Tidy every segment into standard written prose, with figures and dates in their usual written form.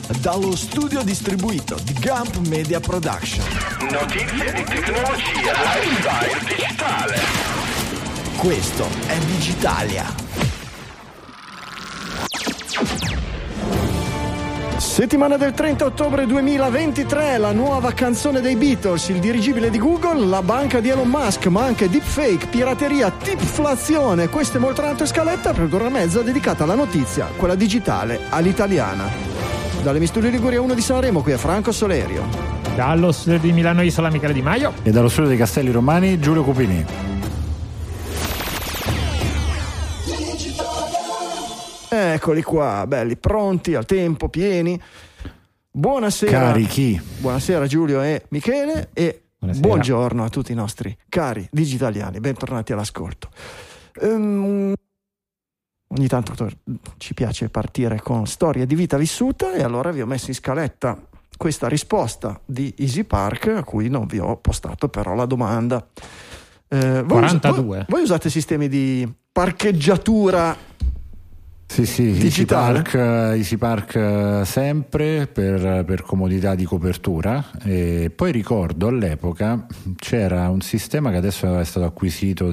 dallo studio distribuito di Gump Media Production. Notizie di tecnologia, lifestyle digitale. Questo è Digitalia. Settimana del 30 ottobre 2023, la nuova canzone dei Beatles, il dirigibile di Google, la banca di Elon Musk, ma anche deepfake, pirateria, tipflazione. Questa e molto altre scaletta per un'ora e mezza dedicata alla notizia, quella digitale, all'italiana. Dalle Misturie Liguria 1 di Sanremo, qui è Franco Solerio. Dallo studio di Milano Isola, Michele Di Maio. E dallo studio dei Castelli Romani, Giulio Cupini. Eccoli qua, belli, pronti, al tempo, pieni. Buonasera. Carichi. Buonasera Giulio e Michele e buonasera. Buongiorno a tutti i nostri cari digitaliani, bentornati all'ascolto. Ogni tanto ci piace partire con storie di vita vissuta e allora vi ho messo in scaletta questa risposta di Easy Park a cui non vi ho postato però la domanda. 42. Voi usate sistemi di parcheggiatura? Sì, digitale? Easy Park sempre per comodità di copertura. E poi ricordo all'epoca c'era un sistema che adesso è stato acquisito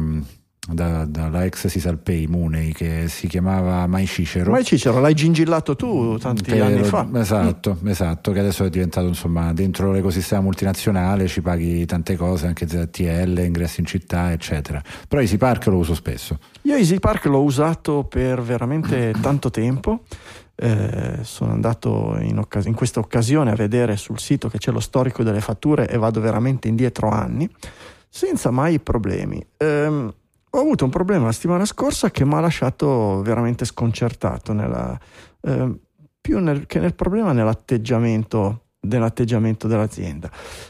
dalla ex Sisalpay Munei, che si chiamava MyCicero. MyCicero l'hai gingillato tu tanti anni fa. Esatto, che adesso è diventato, insomma, dentro l'ecosistema multinazionale ci paghi tante cose, anche ZTL, ingressi in città, eccetera. Però Easy Park lo uso spesso. Io Easy Park l'ho usato per veramente tanto tempo. Sono andato in questa occasione a vedere sul sito che c'è lo storico delle fatture e vado veramente indietro anni senza mai problemi. Ho avuto un problema la settimana scorsa che mi ha lasciato veramente sconcertato più che nel problema nell'atteggiamento dell'azienda.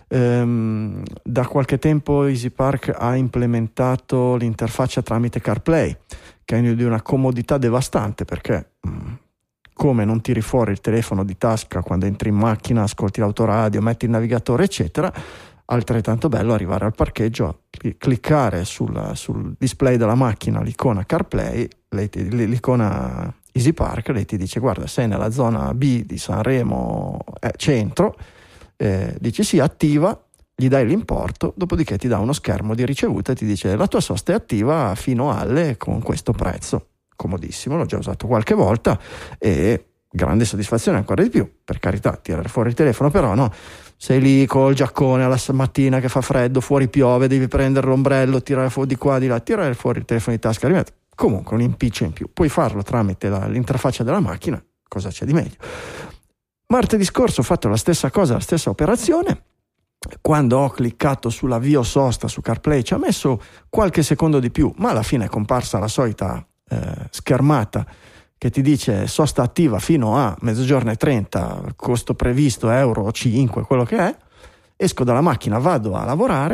Da qualche tempo Easy Park ha implementato l'interfaccia tramite CarPlay, che è di una comodità devastante, perché come non tiri fuori il telefono di tasca quando entri in macchina, ascolti l'autoradio, metti il navigatore eccetera, altrettanto bello arrivare al parcheggio, cliccare sul display della macchina l'icona CarPlay, l'icona Easy Park, lei ti dice guarda sei nella zona B di Sanremo centro, dici sì, attiva, gli dai l'importo, dopodiché ti dà uno schermo di ricevuta e ti dice la tua sosta è attiva fino alle con questo prezzo. Comodissimo, l'ho già usato qualche volta e grande soddisfazione ancora di più. Per carità, tirare fuori il telefono però no, sei lì col giaccone alla mattina che fa freddo, fuori piove, devi prendere l'ombrello, tirare fuori di qua di là, tirare fuori il telefono di tasca, rimettere. Comunque un impiccio in più, puoi farlo tramite l'interfaccia della macchina, cosa c'è di meglio. Martedì scorso ho fatto la stessa cosa, la stessa operazione. Quando ho cliccato sull'avvio sosta su CarPlay ci ha messo qualche secondo di più, ma alla fine è comparsa la solita schermata che ti dice sosta attiva fino a 12:30, costo previsto euro 5, quello che è. Esco dalla macchina, vado a lavorare,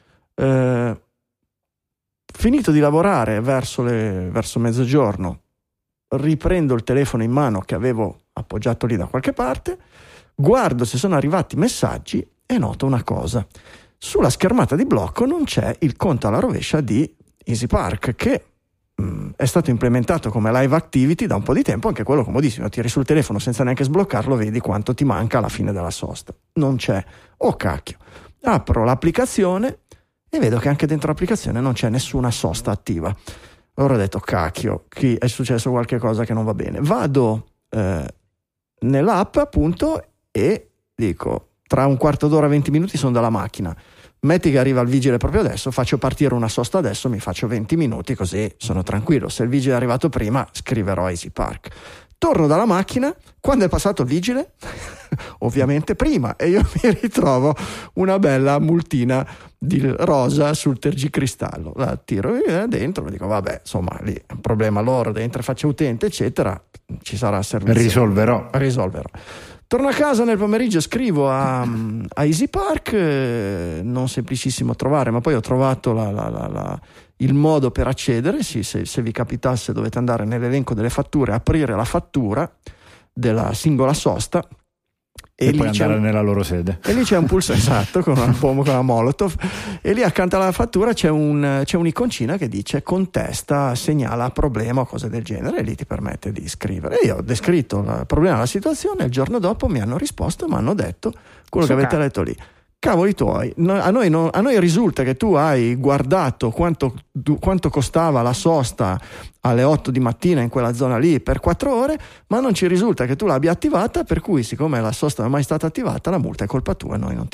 finito di lavorare verso mezzogiorno riprendo il telefono in mano che avevo appoggiato lì da qualche parte, guardo se sono arrivati messaggi e noto una cosa: sulla schermata di blocco non c'è il conto alla rovescia di Easy Park, che è stato implementato come live activity da un po' di tempo, anche quello comodissimo, tiri sul telefono senza neanche sbloccarlo, vedi quanto ti manca alla fine della sosta. Non c'è. Oh cacchio, apro l'applicazione e vedo che anche dentro l'applicazione non c'è nessuna sosta attiva. Allora ho detto cacchio, è successo qualche cosa che non va bene. Vado nell'app appunto e dico tra un quarto d'ora 20 minuti sono dalla macchina, metti che arriva il vigile proprio adesso, faccio partire una sosta adesso, mi faccio 20 minuti così sono tranquillo. Se il vigile è arrivato prima scriverò a Easy Park. Torno dalla macchina, quando è passato il vigile ovviamente prima, e io mi ritrovo una bella multina di rosa sul tergicristallo, la tiro dentro, dico vabbè insomma lì è un problema loro dentro faccia utente eccetera, ci sarà servizio, risolverò. Torno a casa nel pomeriggio, scrivo a Easy Park, non semplicissimo trovare, ma poi ho trovato il modo per accedere. Sì, se vi capitasse dovete andare nell'elenco delle fatture, aprire la fattura della singola sosta e poi andare nella loro sede. E lì c'è un pulsante, esatto, con una bomba, con la Molotov, e lì accanto alla fattura c'è un'iconcina che dice contesta, segnala problema o cose del genere, e lì ti permette di scrivere. E io ho descritto il problema, la situazione, il giorno dopo mi hanno risposto e mi hanno detto quello che avete letto lì. Cavoli tuoi, a noi risulta che tu hai guardato quanto costava la sosta alle 8 di mattina in quella zona lì per 4 ore, ma non ci risulta che tu l'abbia attivata, per cui siccome la sosta non è mai stata attivata, la multa è colpa tua e noi non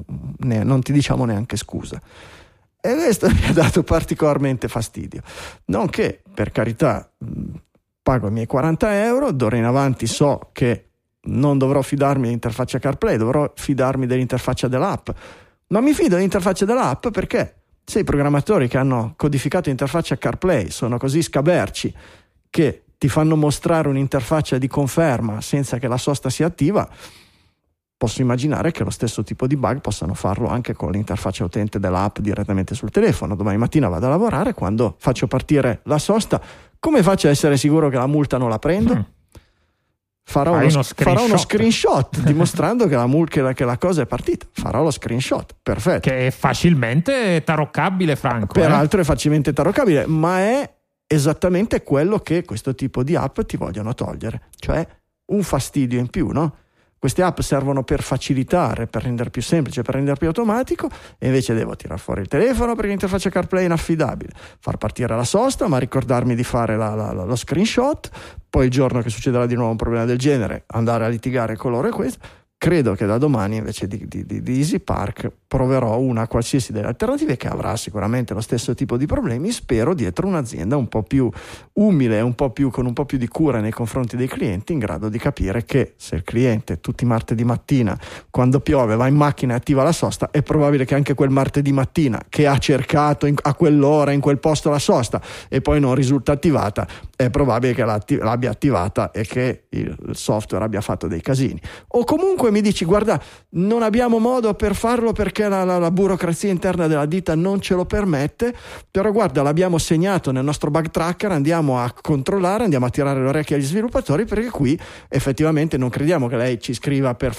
ti diciamo neanche scusa. E questo mi ha dato particolarmente fastidio. Non che, per carità, pago i miei 40 euro, d'ora in avanti so che non dovrò fidarmi dell'interfaccia CarPlay, dovrò fidarmi dell'interfaccia dell'app, ma mi fido dell'interfaccia dell'app perché se i programmatori che hanno codificato l'interfaccia CarPlay sono così scaberci che ti fanno mostrare un'interfaccia di conferma senza che la sosta sia attiva, posso immaginare che lo stesso tipo di bug possano farlo anche con l'interfaccia utente dell'app direttamente sul telefono. Domani mattina vado a lavorare, quando faccio partire la sosta, come faccio a essere sicuro che la multa non la prendo? Farò uno screenshot dimostrando che la cosa è partita. Farò lo screenshot, perfetto. Che è facilmente taroccabile, Franco. Peraltro è facilmente taroccabile, ma è esattamente quello che questo tipo di app ti vogliono togliere, cioè un fastidio in più, no? Queste app servono per facilitare, per rendere più semplice, per rendere più automatico, e invece devo tirare fuori il telefono perché l'interfaccia CarPlay è inaffidabile, far partire la sosta, ma ricordarmi di fare lo screenshot, poi il giorno che succederà di nuovo un problema del genere andare a litigare con loro e questo. Credo che da domani invece di Easy Park proverò una qualsiasi delle alternative che avrà sicuramente lo stesso tipo di problemi, spero dietro un'azienda un po' più umile, con un po' più di cura nei confronti dei clienti, in grado di capire che se il cliente tutti i martedì mattina quando piove va in macchina e attiva la sosta, è probabile che anche quel martedì mattina che ha cercato a quell'ora in quel posto la sosta e poi non risulta attivata, è probabile che l'abbia attivata e che il software abbia fatto dei casini. O comunque mi dici guarda, non abbiamo modo per farlo perché la burocrazia interna della ditta non ce lo permette, però guarda, l'abbiamo segnato nel nostro bug tracker, andiamo a controllare, andiamo a tirare le orecchie agli sviluppatori, perché qui effettivamente non crediamo che lei ci scriva per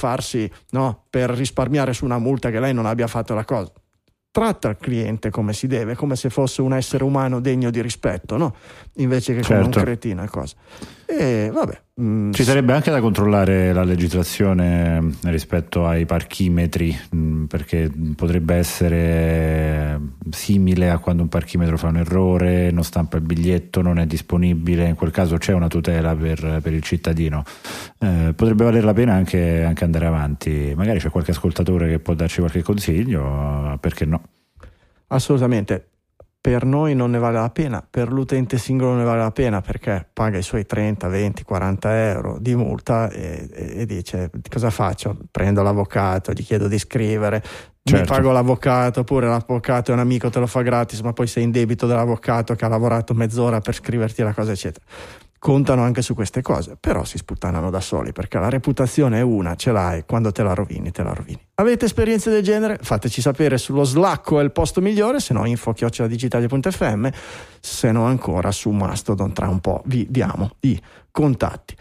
per risparmiare su una multa, che lei non abbia fatto la cosa. Tratta il cliente come si deve, come se fosse un essere umano degno di rispetto, no? Invece che come un cretino e cosa. E vabbè. Ci sarebbe anche da controllare la legislazione rispetto ai parchimetri, perché potrebbe essere simile a quando un parchimetro fa un errore, non stampa il biglietto, non è disponibile. In quel caso c'è una tutela per il cittadino. Potrebbe valer la pena anche andare avanti. Magari c'è qualche ascoltatore che può darci qualche consiglio, perché no? Assolutamente. Per noi non ne vale la pena, per l'utente singolo ne vale la pena, perché paga i suoi 30, 20, 40 euro di multa e dice cosa faccio? Prendo l'avvocato, gli chiedo di scrivere, mi pago l'avvocato, oppure l'avvocato è un amico, te lo fa gratis, ma poi sei in debito dell'avvocato che ha lavorato mezz'ora per scriverti la cosa, eccetera. Contano anche su queste cose, però si sputtanano da soli, perché la reputazione è una, ce l'hai, quando te la rovini, te la rovini. Avete esperienze del genere? Fateci sapere sullo Slack, è il posto migliore, se no info@digitalia.fm, se no ancora su Mastodon, tra un po' vi diamo i contatti.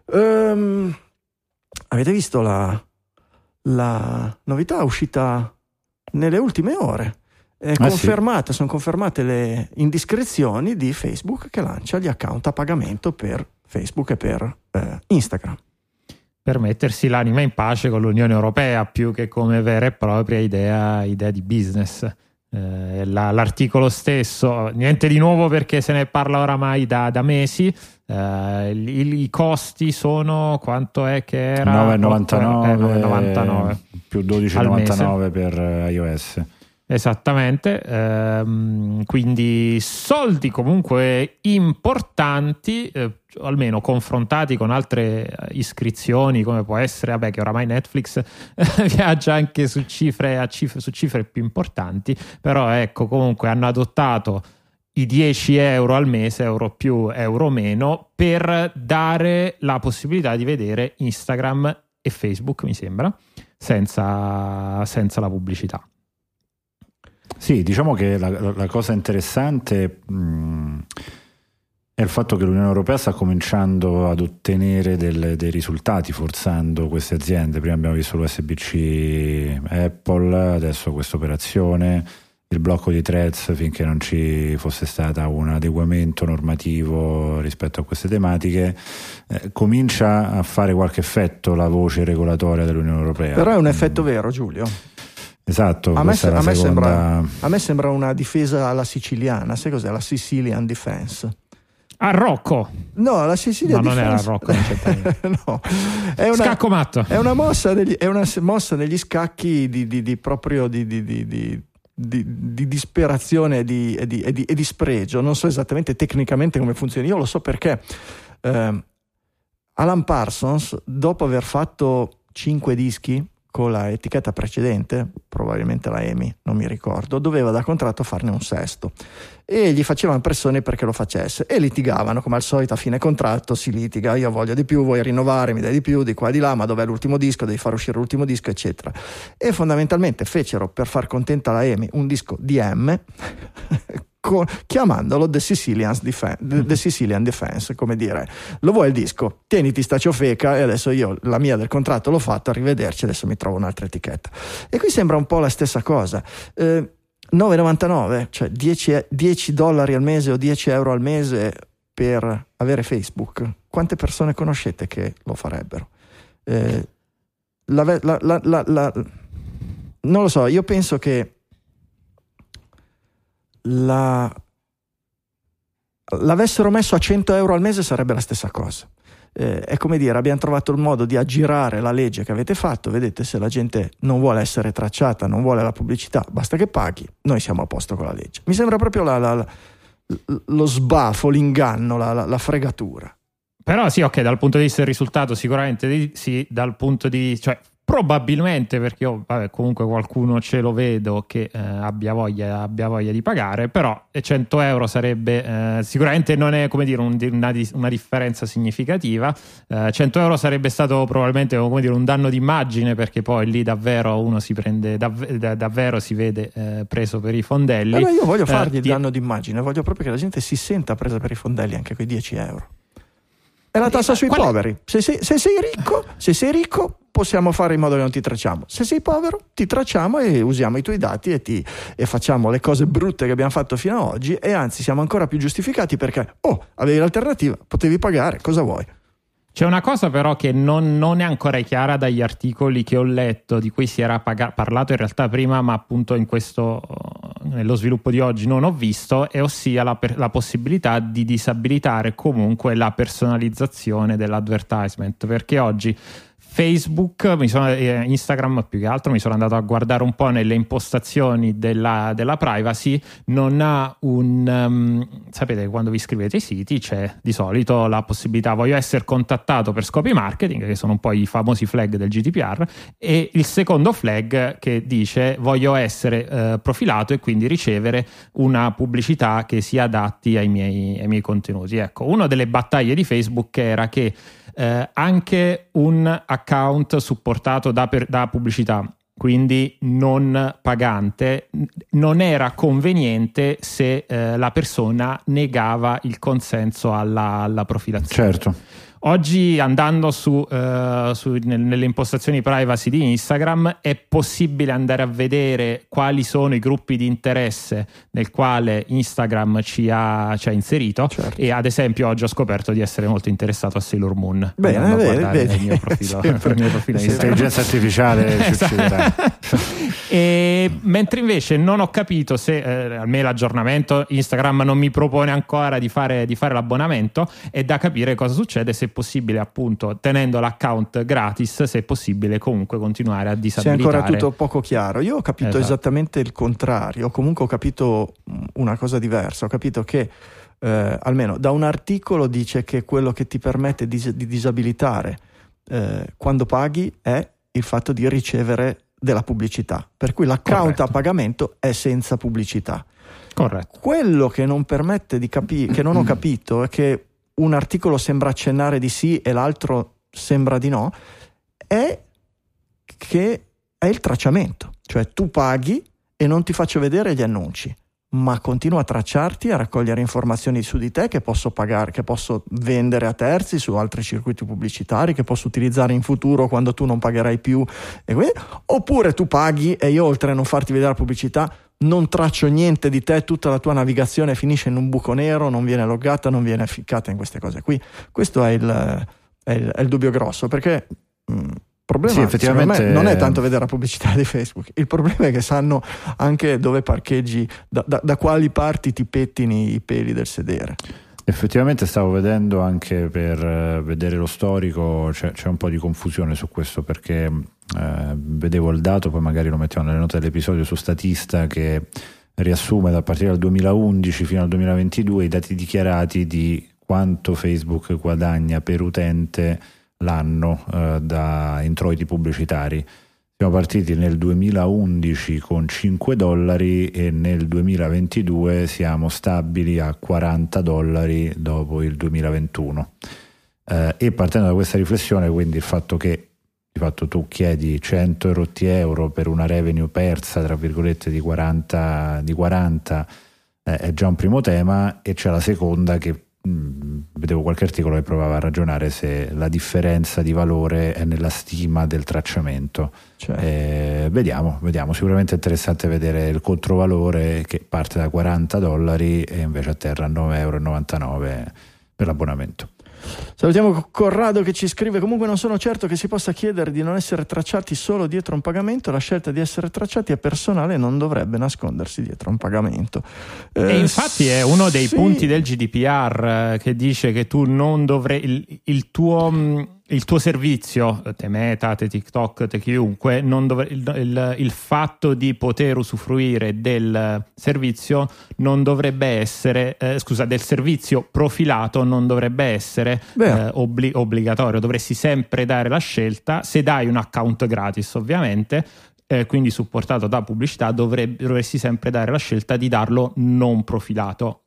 Avete visto la novità uscita nelle ultime ore? Sono confermate le indiscrezioni di Facebook, che lancia gli account a pagamento per Facebook e per Instagram. Per mettersi l'anima in pace con l'Unione Europea, più che come vera e propria idea di business. L'articolo stesso, niente di nuovo perché se ne parla oramai da mesi. I costi sono, quanto è che era? 9,99 più 12,99 per iOS. Esattamente, quindi soldi comunque importanti, almeno confrontati con altre iscrizioni, come può essere, che oramai Netflix viaggia anche su cifre più importanti, però ecco, comunque hanno adottato i 10 euro al mese, euro più, euro meno, per dare la possibilità di vedere Instagram e Facebook, mi sembra, senza la pubblicità. Sì, diciamo che la cosa interessante È il fatto che l'Unione Europea sta cominciando ad ottenere dei risultati forzando queste aziende. Prima abbiamo visto l'USB-C Apple, adesso questa operazione, il blocco di Threads finché non ci fosse stato un adeguamento normativo rispetto a queste tematiche. Comincia a fare qualche effetto la voce regolatoria dell'Unione Europea. Però è un effetto vero, Giulio. Esatto, a me sembra una difesa alla siciliana. Sai cos'è? La Sicilian Defense. A Rocco. No, la Sicilian Defense. Non era Rocco, non c'è no, scacco matto. È una mossa degli scacchi di disperazione e di spregio. Non so esattamente tecnicamente come funziona. Io lo so perché Alan Parsons, dopo aver fatto 5 dischi con la etichetta precedente, probabilmente la EMI, non mi ricordo, doveva da contratto farne un sesto e gli facevano pressione perché lo facesse e litigavano, come al solito a fine contratto si litiga, io voglio di più, vuoi rinnovare, mi dai di più, di qua e di là, ma dov'è l'ultimo disco, devi far uscire l'ultimo disco, eccetera. E fondamentalmente fecero, per far contenta la EMI, un disco di M chiamandolo The Sicilian Defense, come dire, lo vuoi il disco? Tieniti sta ciofeca e adesso io la mia del contratto l'ho fatto, arrivederci, adesso mi trovo un'altra etichetta. E qui sembra un po' la stessa cosa. 9,99, cioè $10 al mese o €10 al mese per avere Facebook. Quante persone conoscete che lo farebbero? Non lo so, io penso che l'avessero messo a €100 al mese sarebbe la stessa cosa. È come dire, abbiamo trovato il modo di aggirare la legge che avete fatto, vedete, se la gente non vuole essere tracciata, non vuole la pubblicità, basta che paghi, noi siamo a posto con la legge. Mi sembra proprio lo sbafo, l'inganno, la fregatura. Però sì, ok, dal punto di vista del risultato sicuramente sì, dal punto di... cioè probabilmente, perché io comunque qualcuno ce lo vedo che abbia voglia di pagare, però €100 sarebbe sicuramente non è, come dire, una differenza significativa. €100 sarebbe stato probabilmente, come dire, un danno d'immagine, perché poi lì davvero uno si prende davvero si vede preso per i fondelli. Allora io voglio fargli il danno d'immagine, voglio proprio che la gente si senta presa per i fondelli anche quei €10. È la tassa sui poveri. Se sei ricco possiamo fare in modo che non ti tracciamo. Se sei povero ti tracciamo e usiamo i tuoi dati e facciamo le cose brutte che abbiamo fatto fino ad oggi, e anzi siamo ancora più giustificati perché avevi l'alternativa, potevi pagare, cosa vuoi? C'è una cosa però che non è ancora chiara dagli articoli che ho letto, di cui si era parlato in realtà prima, ma appunto nello sviluppo di oggi non ho visto, e ossia la possibilità di disabilitare comunque la personalizzazione dell'advertisement, perché oggi Facebook, Instagram più che altro, mi sono andato a guardare un po' nelle impostazioni della privacy, non ha sapete, quando vi iscrivete ai siti c'è di solito la possibilità voglio essere contattato per scopi marketing, che sono un po' i famosi flag del GDPR, e il secondo flag che dice voglio essere profilato e quindi ricevere una pubblicità che si adatti ai miei contenuti. Ecco, una delle battaglie di Facebook era che anche un account supportato da pubblicità, quindi non pagante, non era conveniente se la persona negava il consenso alla profilazione. Certo. Oggi, andando nelle impostazioni privacy di Instagram, è possibile andare a vedere quali sono i gruppi di interesse nel quale Instagram ci ha inserito. Certo. E ad esempio oggi ho scoperto di essere molto interessato a Sailor Moon. Bene, il mio profilo Instagram. Intelligenza artificiale ci ucciderà. E mentre invece non ho capito se almeno l'aggiornamento Instagram non mi propone ancora di fare l'abbonamento, è da capire cosa succede, se è possibile, appunto, tenendo l'account gratis, se è possibile comunque continuare a disabilitare. Se è ancora tutto poco chiaro. Io ho capito esattamente il contrario, comunque ho capito una cosa diversa, ho capito che almeno da un articolo dice che quello che ti permette di disabilitare quando paghi è il fatto di ricevere della pubblicità, per cui l'account Corretto. A pagamento è senza pubblicità. Corretto. Quello che non permette di capire, che non ho capito, è che un articolo sembra accennare di sì e l'altro sembra di no, è che è il tracciamento, cioè tu paghi e non ti faccio vedere gli annunci. ma continuo a tracciarti, a raccogliere informazioni su di te che posso pagare, che posso vendere a terzi su altri circuiti pubblicitari, che posso utilizzare in futuro quando tu non pagherai più, oppure tu paghi e io, oltre a non farti vedere la pubblicità, non traccio niente di te, tutta la tua navigazione finisce in un buco nero, non viene loggata, non viene ficcata in queste cose qui. Questo è il dubbio grosso, perché il problema, sì, effettivamente, non è tanto vedere la pubblicità di Facebook, il problema è che sanno anche dove parcheggi, da quali parti ti pettini i peli del sedere. Effettivamente stavo vedendo, anche per vedere lo storico, c'è un po' di confusione su questo, perché vedevo il dato, poi magari lo mettiamo nelle note dell'episodio, su Statista, che riassume da partire dal 2011 fino al 2022 i dati dichiarati di quanto Facebook guadagna per utente l'anno da introiti pubblicitari. Siamo partiti nel 2011 con $5 e nel 2022 siamo stabili a $40 dopo il 2021. E partendo da questa riflessione, quindi il fatto che di fatto tu chiedi 100 euro per una revenue persa, tra virgolette, di 40 è già un primo tema, e c'è la seconda che vedevo qualche articolo che provava a ragionare se la differenza di valore è nella stima del tracciamento. Vediamo, sicuramente è interessante vedere il controvalore, che parte da $40 e invece atterra a €9,99 per l'abbonamento. Salutiamo Corrado che ci scrive: comunque non sono certo che si possa chiedere di non essere tracciati solo dietro un pagamento, la scelta di essere tracciati è personale e non dovrebbe nascondersi dietro un pagamento. E infatti è uno dei punti del GDPR che dice che tu non dovrei, il tuo servizio, te Meta, te TikTok, te chiunque, il fatto di poter usufruire del servizio non dovrebbe essere, del servizio profilato non dovrebbe essere obbligatorio. Dovresti sempre dare la scelta, se dai un account gratis ovviamente, quindi supportato da pubblicità, dovresti sempre dare la scelta di darlo non profilato.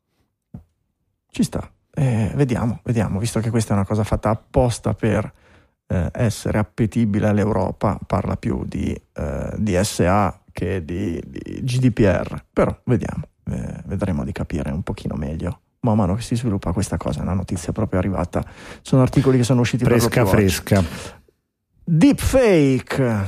Ci sta. Vediamo, visto che questa è una cosa fatta apposta per essere appetibile all'Europa, parla più di DSA che di GDPR, però vedremo di capire un pochino meglio man mano che si sviluppa questa cosa. È una notizia proprio arrivata, sono articoli che sono usciti fresca. Deepfake,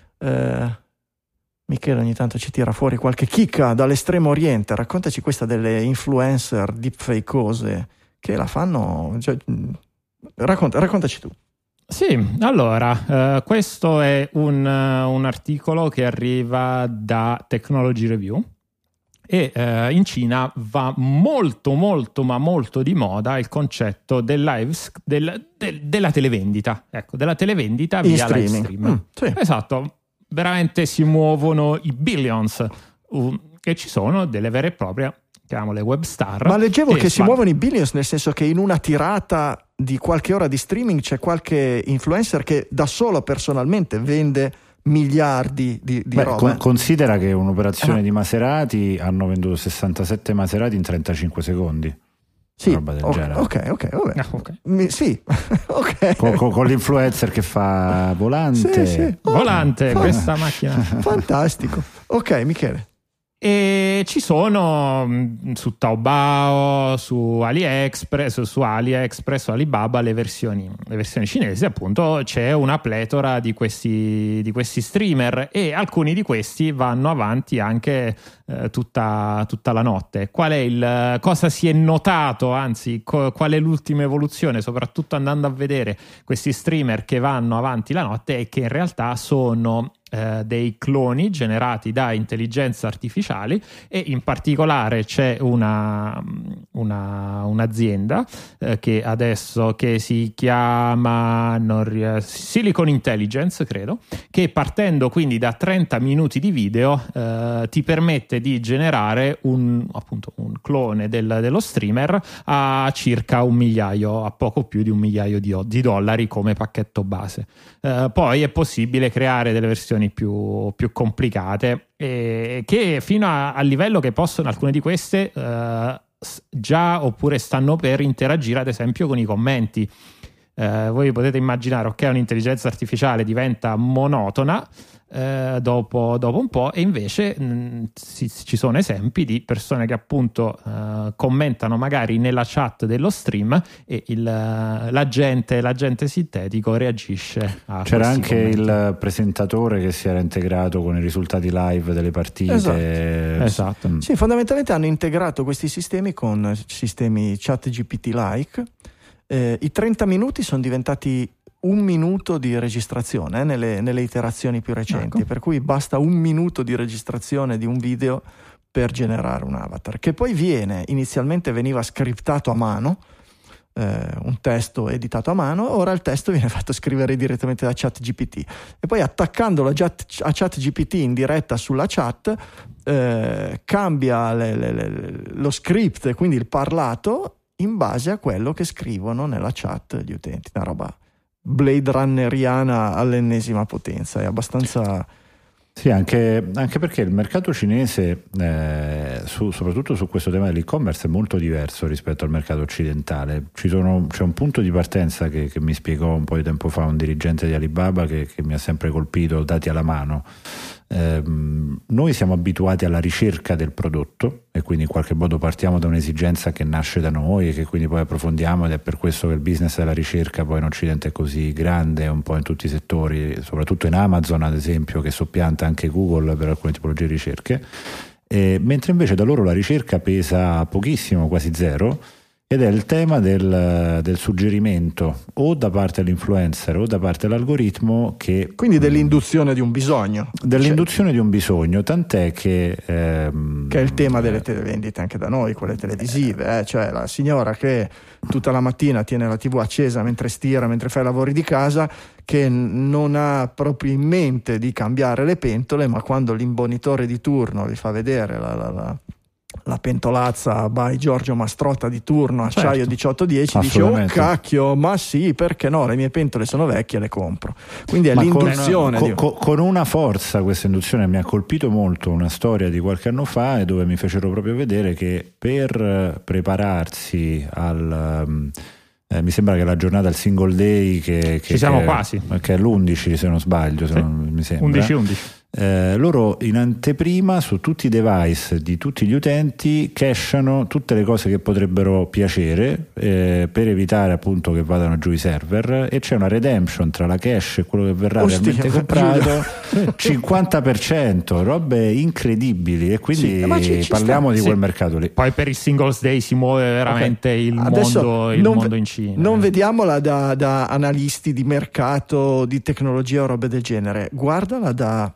Michele ogni tanto ci tira fuori qualche chicca dall'estremo oriente, raccontaci questa delle influencer deepfakeose che la fanno, raccontaci tu. Sì, allora, questo è un articolo che arriva da Technology Review e in Cina va molto di moda il concetto della televendita, della televendita via live streaming. Sì. Esatto, veramente si muovono i billions e ci sono delle vere e proprie, chiamiamole web star. Ma leggevo che si muovono i billions, nel senso che in una tirata di qualche ora di streaming c'è qualche influencer che da solo personalmente vende miliardi di roba. Considera che un'operazione di Maserati hanno venduto 67 Maserati in 35 secondi. Sì, roba del genere. Ok, vabbè. Sì, ok. Con l'influencer che fa volante. Sì. Volante, questa macchina. Fantastico. Ok, Michele. E ci sono su Taobao, su AliExpress, su Alibaba le versioni cinesi. Appunto c'è una pletora di questi streamer e alcuni di questi vanno avanti anche tutta la notte. Cosa si è notato, anzi qual è l'ultima evoluzione, soprattutto andando a vedere questi streamer che vanno avanti la notte, è che in realtà sono dei cloni generati da intelligenze artificiali, e in particolare c'è un'azienda che si chiama Silicon Intelligence, credo, che partendo quindi da 30 minuti di video ti permette di generare un clone dello streamer a circa a poco più di $1 migliaio di dollari come pacchetto base. Poi è possibile creare delle versioni più complicate, che fino a livello che possono, alcune di queste già oppure stanno per interagire ad esempio con i commenti. Voi potete immaginare, ok, un'intelligenza artificiale diventa monotona dopo un po', e invece ci sono esempi di persone che appunto commentano magari nella chat dello stream e l'agente sintetico reagisce a C'era anche commenti. il presentatore che si era integrato con i risultati live delle partite. Esatto. Sì, fondamentalmente hanno integrato questi sistemi con sistemi ChatGPT-like. I 30 minuti sono diventati 1 minuto di registrazione nelle iterazioni più recenti, Ecco. per cui basta 1 minuto di registrazione di un video per generare un avatar, che poi inizialmente veniva scriptato a mano, un testo editato a mano. Ora il testo viene fatto scrivere direttamente da ChatGPT e poi attaccandolo a ChatGPT in diretta sulla chat cambia lo script e quindi il parlato in base a quello che scrivono nella chat gli utenti. Una roba Blade Runneriana all'ennesima potenza, è abbastanza... Sì, anche perché il mercato cinese, soprattutto su questo tema dell'e-commerce, è molto diverso rispetto al mercato occidentale. C'è un punto di partenza che mi spiegò un po' di tempo fa un dirigente di Alibaba che mi ha sempre colpito, dati alla mano. Noi siamo abituati alla ricerca del prodotto e quindi in qualche modo partiamo da un'esigenza che nasce da noi e che quindi poi approfondiamo, ed è per questo che il business della ricerca poi in Occidente è così grande, un po' in tutti i settori, soprattutto in Amazon ad esempio, che soppianta anche Google per alcune tipologie di ricerche, mentre invece da loro la ricerca pesa pochissimo, quasi zero, ed è il tema del suggerimento o da parte dell'influencer o da parte dell'algoritmo, quindi dell'induzione di un bisogno, di un bisogno, tant'è che è il tema delle televendite anche da noi, quelle televisive, cioè la signora che tutta la mattina tiene la TV accesa mentre stira, mentre fa i lavori di casa, che non ha proprio in mente di cambiare le pentole, ma quando l'imbonitore di turno vi fa vedere la pentolazza by Giorgio Mastrotta di turno, acciaio 1810, dice oh cacchio, ma sì, perché no, le mie pentole sono vecchie, le compro. Quindi è l'induzione con una forza. Questa induzione mi ha colpito molto, una storia di qualche anno fa, e dove mi fecero proprio vedere che per prepararsi mi sembra che la giornata del single day che siamo quasi, che è l'11 se non sbaglio, mi sembra 11. Loro in anteprima su tutti i device di tutti gli utenti cachano tutte le cose che potrebbero piacere, per evitare appunto che vadano giù i server, e c'è una redemption tra la cache e quello che verrà realmente comprato 50%, robe incredibili, e quindi parliamo di quel mercato lì. Poi per il Singles Day si muove veramente il mondo in Cina. Non vediamola da analisti di mercato, di tecnologia o robe del genere, guardala,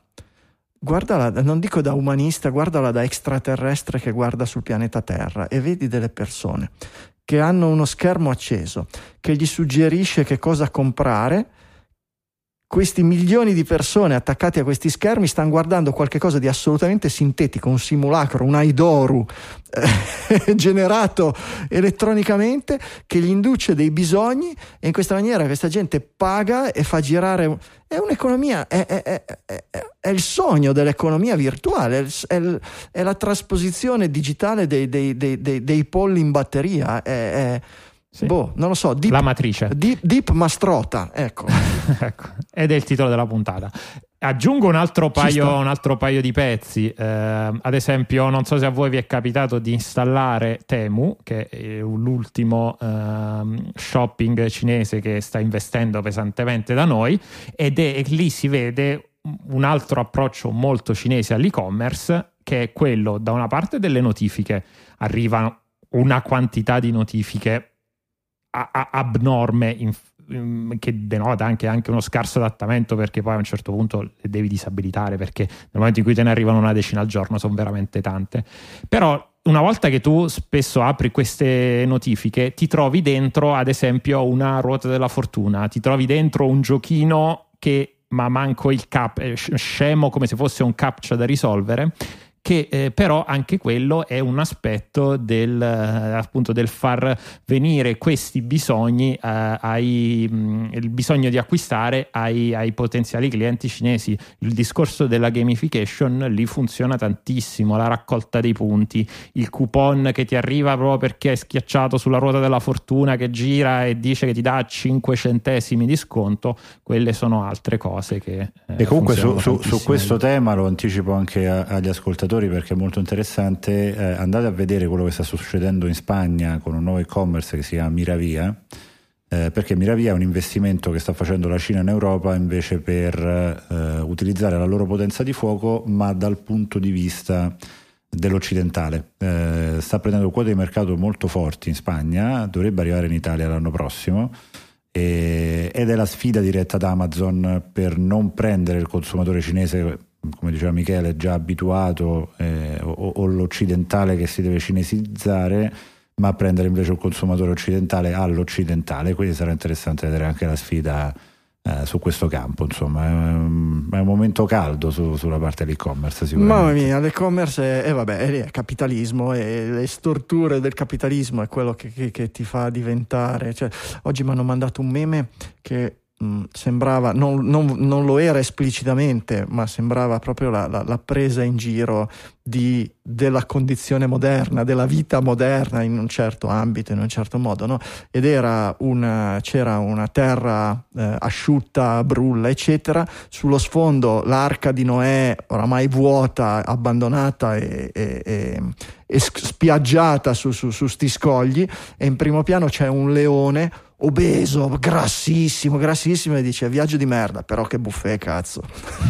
non dico da umanista, guardala da extraterrestre che guarda sul pianeta Terra e vedi delle persone che hanno uno schermo acceso che gli suggerisce che cosa comprare. Questi milioni di persone attaccati a questi schermi stanno guardando qualche cosa di assolutamente sintetico, un simulacro, un Aidoru generato elettronicamente, che gli induce dei bisogni, e in questa maniera questa gente paga e fa girare. È un'economia, è il sogno dell'economia virtuale, è la trasposizione digitale dei polli in batteria, sì. Non lo so, la matrice Deep Mastrota, ecco. Ed è il titolo della puntata. Aggiungo un altro paio di pezzi, ad esempio non so se a voi vi è capitato di installare Temu, che è l'ultimo shopping cinese che sta investendo pesantemente da noi, ed lì si vede un altro approccio molto cinese all'e-commerce, che è quello da una parte delle notifiche. Arrivano una quantità di notifiche abnorme, che denota anche uno scarso adattamento, perché poi a un certo punto le devi disabilitare, perché nel momento in cui te ne arrivano una decina al giorno sono veramente tante. Però una volta che tu spesso apri queste notifiche, ti trovi dentro ad esempio una ruota della fortuna, ti trovi dentro un giochino che ma manco il scemo, come se fosse un captcha da risolvere, che però anche quello è un aspetto appunto del far venire questi bisogni, il bisogno di acquistare ai potenziali clienti cinesi. Il discorso della gamification lì funziona tantissimo, la raccolta dei punti, il coupon che ti arriva proprio perché hai schiacciato sulla ruota della fortuna che gira e dice che ti dà 5 centesimi di sconto. Quelle sono altre cose che e comunque su questo tema lo anticipo anche agli ascoltatori perché è molto interessante. Andate a vedere quello che sta succedendo in Spagna con un nuovo e-commerce che si chiama Miravia, perché Miravia è un investimento che sta facendo la Cina in Europa invece per utilizzare la loro potenza di fuoco, ma dal punto di vista dell'occidentale. Sta prendendo quote di mercato molto forti in Spagna, dovrebbe arrivare in Italia l'anno prossimo, ed è la sfida diretta ad Amazon per non prendere il consumatore cinese, come diceva Michele, già abituato, o l'occidentale che si deve cinesizzare, ma prendere invece il consumatore occidentale all'occidentale. Quindi sarà interessante vedere anche la sfida su questo campo. Insomma è un momento caldo sulla parte dell'e-commerce sicuramente. Mamma mia, l'e-commerce è capitalismo, e le storture del capitalismo è quello che ti fa diventare, cioè, oggi mi hanno mandato un meme che sembrava, non lo era esplicitamente, ma sembrava proprio la presa in giro della condizione moderna, della vita moderna in un certo ambito, in un certo modo, no? Ed c'era una terra asciutta, brulla, eccetera, sullo sfondo l'arca di Noè oramai vuota, abbandonata e spiaggiata su sti scogli, e in primo piano c'è un leone obeso, grassissimo, e dice: viaggio di merda, però che buffet, cazzo.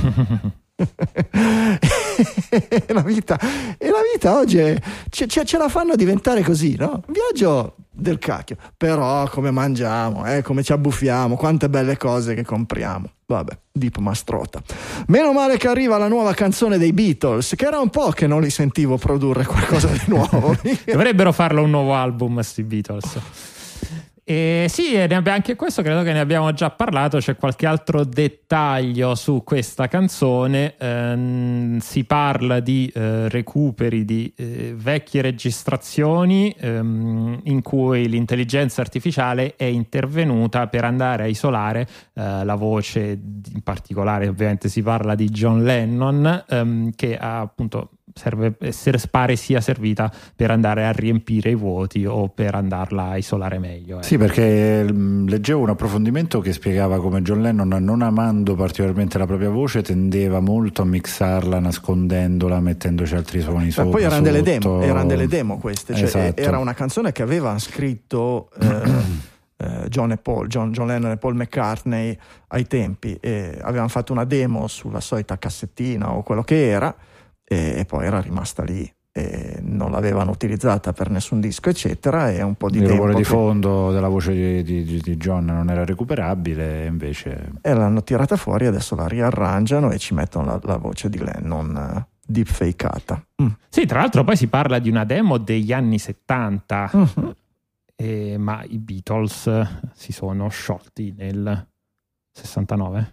la vita oggi ce la fanno diventare così, no? Viaggio del cacchio, però come mangiamo, come ci abbuffiamo, quante belle cose che compriamo. Vabbè, Deep Mastrota. Meno male che arriva la nuova canzone dei Beatles, che era un po' che non li sentivo produrre qualcosa di nuovo. Dovrebbero farlo un nuovo album sti Beatles. Sì, anche questo credo che ne abbiamo già parlato. C'è qualche altro dettaglio su questa canzone. Si parla di recuperi di vecchie registrazioni in cui l'intelligenza artificiale è intervenuta per andare a isolare la voce, in particolare ovviamente si parla di John Lennon, che ha appunto pare sia servita per andare a riempire i vuoti o per andarla a isolare meglio. Sì, perché leggevo un approfondimento che spiegava come John Lennon, non amando particolarmente la propria voce, tendeva molto a mixarla nascondendola, mettendoci altri suoni sopra. Ma poi erano delle demo queste, cioè esatto. Era una canzone che aveva scritto John Lennon e Paul McCartney ai tempi, e avevano fatto una demo sulla solita cassettina o quello che era, e poi era rimasta lì e non l'avevano utilizzata per nessun disco, eccetera, e un po' di il tempo rumore di fondo della voce di John non era recuperabile, invece e l'hanno tirata fuori, adesso la riarrangiano e ci mettono la voce di Lennon deepfakeata. Sì, tra l'altro poi si parla di una demo degli anni 70, ma i Beatles si sono sciolti nel 69.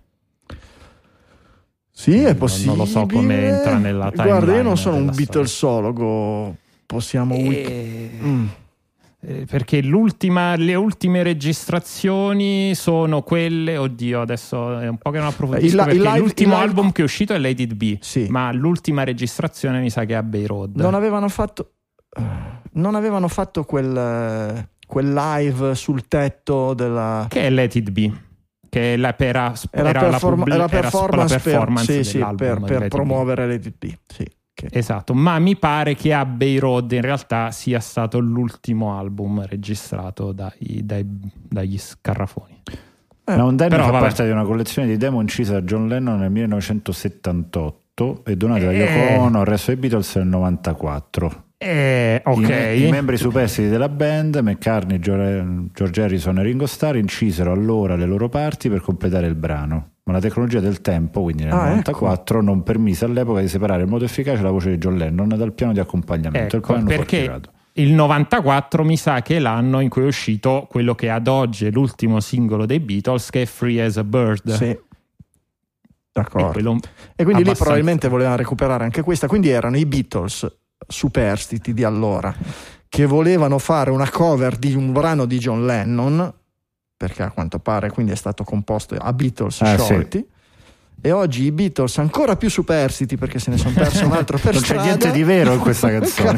Sì, è possibile. Non lo so come entra nella timeline. Guarda, io non sono un Beatlesologo, possiamo perché le ultime registrazioni sono quelle, oddio, adesso è un po' che non approfondisco, perché l'ultimo album che è uscito è Let It Be, sì. Ma l'ultima registrazione mi sa che è Abbey Road. Non avevano fatto quel live sul tetto della... Che è Let It Be, che la performance per promuovere Let It Be, sì. Esatto, ma mi pare che Abbey Road in realtà sia stato l'ultimo album registrato dagli Scarrafoni. Un Denno fa parte di una collezione di demo incisa da John Lennon nel 1978 e donate da Yoko Ono al resto dei Beatles nel 1994. Okay. I membri superstiti della band, McCartney, George Harrison e Ringo Starr, incisero allora le loro parti per completare il brano, ma la tecnologia del tempo, quindi nel 1994, non permise all'epoca di separare in modo efficace la voce di John Lennon dal piano di accompagnamento. Perché il 94 mi sa che è l'anno in cui è uscito quello che ad oggi è l'ultimo singolo dei Beatles, che è Free as a Bird. Sì. D'accordo. E quindi lì probabilmente volevano recuperare anche questa, quindi erano i Beatles superstiti di allora che volevano fare una cover di un brano di John Lennon, perché a quanto pare quindi è stato composto a Beatles sciolti. Sì. E oggi i Beatles ancora più superstiti perché se ne sono perso un altro per non strada. C'è niente di vero in questa canzone.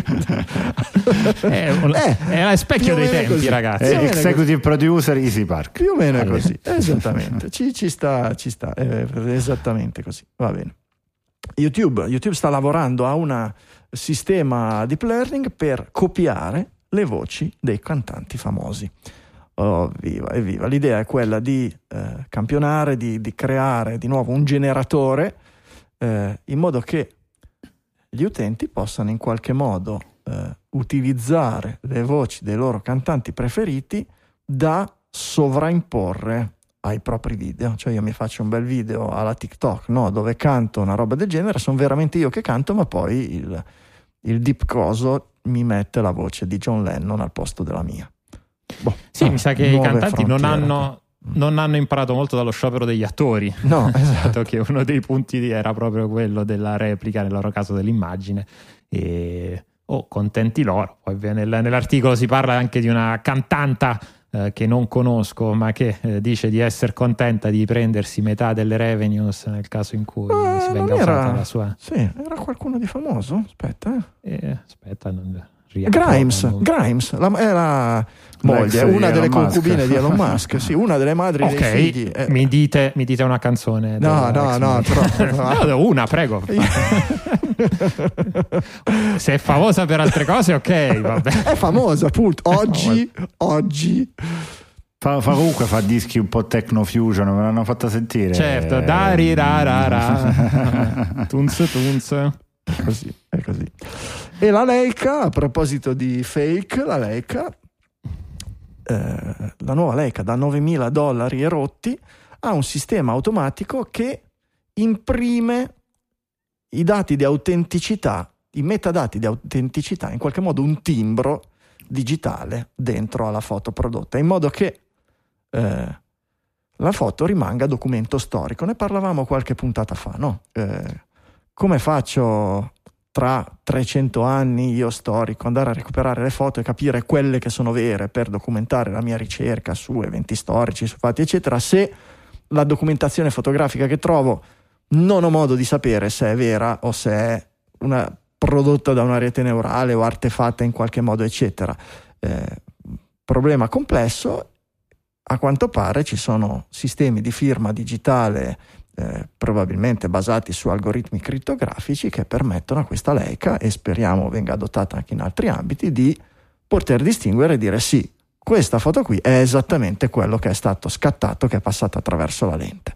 È la specchio dei tempi, così, ragazzi. Executive producer Easy Park. Più o meno è così, esattamente. Ci sta, è esattamente così. Va bene. YouTube sta lavorando a un sistema deep learning per copiare le voci dei cantanti famosi. Oh, evviva. L'idea è quella di campionare, di creare di nuovo un generatore in modo che gli utenti possano in qualche modo utilizzare le voci dei loro cantanti preferiti da sovraimporre ai propri video. Cioè io mi faccio un bel video alla TikTok, no? Dove canto una roba del genere, sono veramente io che canto, ma poi il deep coso mi mette la voce di John Lennon al posto della mia. Sì, mi sa che i cantanti non hanno imparato molto dallo sciopero degli attori. No, esatto. Che uno dei punti era proprio quello della replica, nel loro caso dell'immagine. E contenti loro. Poi nell'articolo si parla anche di una cantanta che non conosco, ma che dice di essere contenta di prendersi metà delle revenues nel caso in cui si venga usata la sua. Sì, era qualcuno di famoso? Aspetta, non. Grimes, è la moglie, una delle concubine di Elon Musk, sì, una delle madri dei figli. Mi dite una canzone? No, troppo. Una, prego. Se è famosa per altre cose, ok, vabbè. È famosa, appunto. Oggi. Comunque fa dischi un po' techno fusion, me l'hanno fatta sentire. Certo, dari ra tunz. È così. E la Leica, a proposito di fake, la nuova Leica da $9.000 e rotti ha un sistema automatico che imprime i dati di autenticità, i metadati di autenticità, in qualche modo un timbro digitale dentro alla foto prodotta, in modo che la foto rimanga documento storico. Ne parlavamo qualche puntata fa, no? Come faccio tra 300 anni io storico andare a recuperare le foto e capire quelle che sono vere per documentare la mia ricerca su eventi storici, su fatti eccetera, se la documentazione fotografica che trovo non ho modo di sapere se è vera o se è una prodotta da una rete neurale o artefatta in qualche modo eccetera. Problema complesso. A quanto pare ci sono sistemi di firma digitale probabilmente basati su algoritmi crittografici che permettono a questa Leica, e speriamo venga adottata anche in altri ambiti, di poter distinguere e dire sì, questa foto qui è esattamente quello che è stato scattato, che è passato attraverso la lente.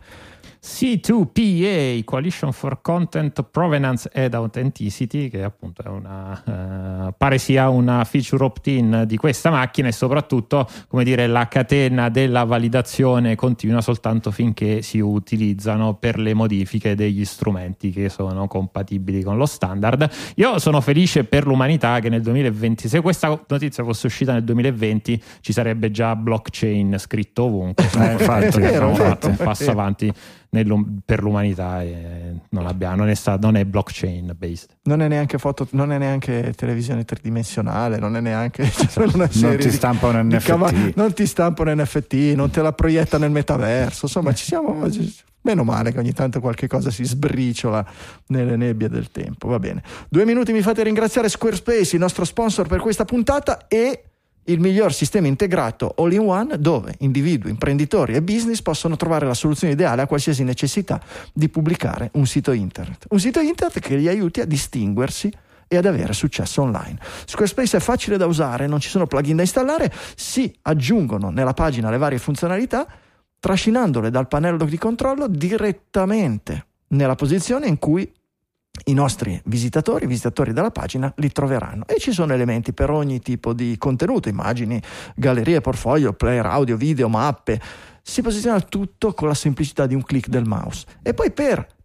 C2PA, Coalition for Content Provenance and Authenticity, che appunto è pare sia una feature opt-in di questa macchina, e soprattutto, come dire, la catena della validazione continua soltanto finché si utilizzano per le modifiche degli strumenti che sono compatibili con lo standard. Io sono felice per l'umanità che nel 2020, se questa notizia fosse uscita nel 2020, ci sarebbe già blockchain scritto ovunque. Infatti, abbiamo fatto un passo avanti per l'umanità, e non è blockchain based, non è neanche televisione tridimensionale, non è neanche non ti stampa un NFT, non ti stampa un NFT, non te la proietta nel metaverso, insomma meno male che ogni tanto qualche cosa si sbriciola nelle nebbie del tempo. Va bene, 2 minuti mi fate ringraziare Squarespace, il nostro sponsor per questa puntata, e il miglior sistema integrato all-in-one dove individui, imprenditori e business possono trovare la soluzione ideale a qualsiasi necessità di pubblicare un sito internet. Un sito internet che li aiuti a distinguersi e ad avere successo online. Squarespace è facile da usare, non ci sono plugin da installare, si aggiungono nella pagina le varie funzionalità, trascinandole dal pannello di controllo direttamente nella posizione in cui i nostri visitatori della pagina li troveranno, e ci sono elementi per ogni tipo di contenuto, immagini, gallerie, portfolio, player audio, video, mappe. Si posiziona tutto con la semplicità di un click del mouse, e poi per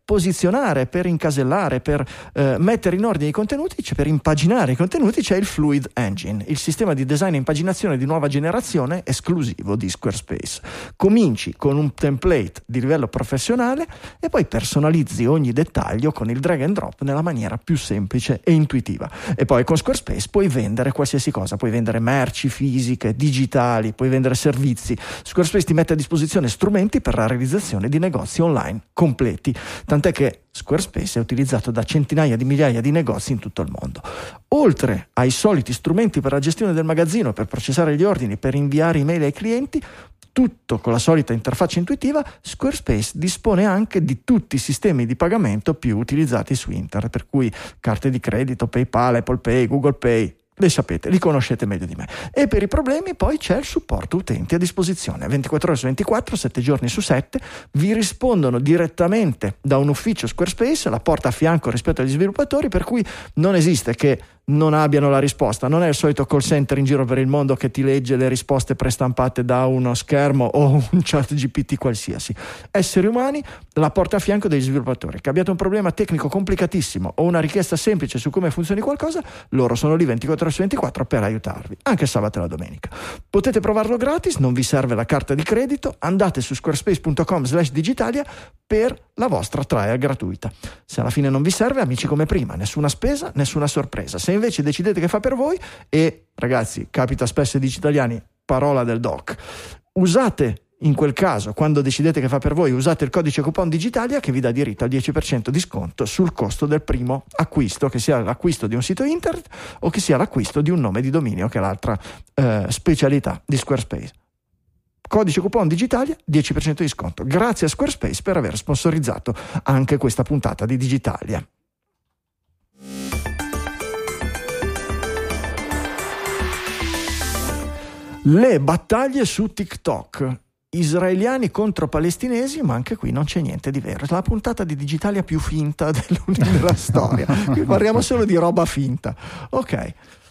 posizionare, per incasellare, per mettere in ordine i contenuti, per impaginare i contenuti, c'è il Fluid Engine, il sistema di design e impaginazione di nuova generazione esclusivo di Squarespace. Cominci con un template di livello professionale e poi personalizzi ogni dettaglio con il drag and drop nella maniera più semplice e intuitiva. E poi con Squarespace puoi vendere qualsiasi cosa, puoi vendere merci fisiche, digitali, puoi vendere servizi. Squarespace ti mette a disposizione strumenti per la realizzazione di negozi online completi, tant'è che Squarespace è utilizzato da centinaia di migliaia di negozi in tutto il mondo. Oltre ai soliti strumenti per la gestione del magazzino, per processare gli ordini, per inviare email ai clienti, tutto con la solita interfaccia intuitiva, Squarespace dispone anche di tutti i sistemi di pagamento più utilizzati su internet, per cui carte di credito, PayPal, Apple Pay, Google Pay. Li sapete, li conoscete meglio di me. E per i problemi poi c'è il supporto utenti a disposizione 24 ore su 24, 7 giorni su 7. Vi rispondono direttamente da un ufficio Squarespace, la porta a fianco rispetto agli sviluppatori, per cui non esiste che non abbiano la risposta. Non è il solito call center in giro per il mondo che ti legge le risposte prestampate da uno schermo o un chat GPT qualsiasi. Esseri umani, la porta a fianco degli sviluppatori. Che abbiate un problema tecnico complicatissimo o una richiesta semplice su come funzioni qualcosa, loro sono lì 24 ore su 24 per aiutarvi, anche sabato e la domenica. Potete provarlo gratis, non vi serve la carta di credito, andate su squarespace.com/digitalia per la vostra trial gratuita. Se alla fine non vi serve, amici come prima, nessuna spesa, nessuna sorpresa. Se invece decidete che fa per voi, e ragazzi, capita spesso ai digitaliani, parola del doc, usate in quel caso, quando decidete che fa per voi, usate il codice coupon Digitalia che vi dà diritto al 10% di sconto sul costo del primo acquisto, che sia l'acquisto di un sito internet o che sia l'acquisto di un nome di dominio, che è l'altra specialità di Squarespace. Codice coupon Digitalia, 10% di sconto. Grazie a Squarespace per aver sponsorizzato anche questa puntata di Digitalia. Le battaglie su TikTok, israeliani contro palestinesi, ma anche qui non c'è niente di vero. È la puntata di Digitalia più finta della storia. Qui parliamo solo di roba finta. Ok.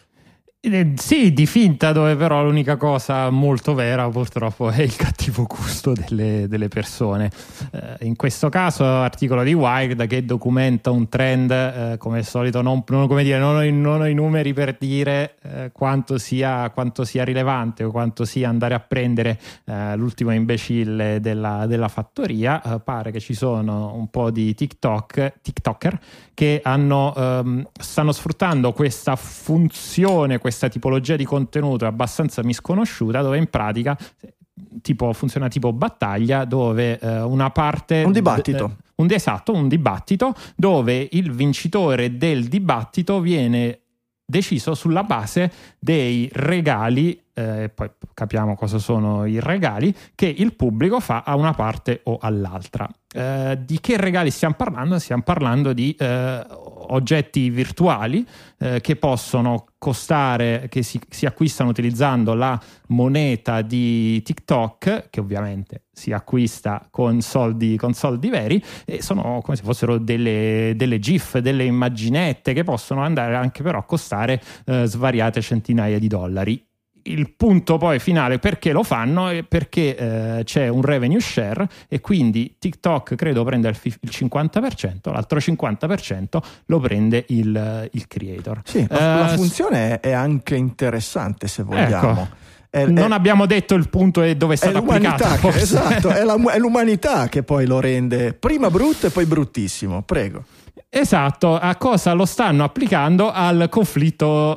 Sì, di finta, dove però l'unica cosa molto vera purtroppo è il cattivo gusto delle persone. In questo caso articolo di Wired che documenta un trend, come al solito non ho i numeri per dire quanto sia rilevante o quanto sia andare a prendere l'ultimo imbecille della fattoria. Pare che ci sono un po' di TikToker che stanno sfruttando questa funzione, questa tipologia di contenuto abbastanza misconosciuta, dove in pratica funziona tipo battaglia, dove una parte un dibattito un dibattito dove il vincitore del dibattito viene deciso sulla base dei regali, poi capiamo cosa sono i regali, che il pubblico fa a una parte o all'altra. Di che regali stiamo parlando? Stiamo parlando di oggetti virtuali che possono costare, che si acquistano utilizzando la moneta di TikTok, che ovviamente si acquista con soldi veri, e sono come se fossero delle GIF, delle immaginette che possono andare anche però a costare svariate centinaia di dollari. Il punto poi finale perché lo fanno è perché c'è un revenue share, e quindi TikTok credo prende il 50%, l'altro 50% lo prende il creator. Sì, la funzione è anche interessante, se vogliamo. Ecco. Non abbiamo detto il punto e dove è stato applicato. Esatto, è l'umanità che poi lo rende prima brutto e poi bruttissimo. Prego. Esatto, a cosa lo stanno applicando? Al conflitto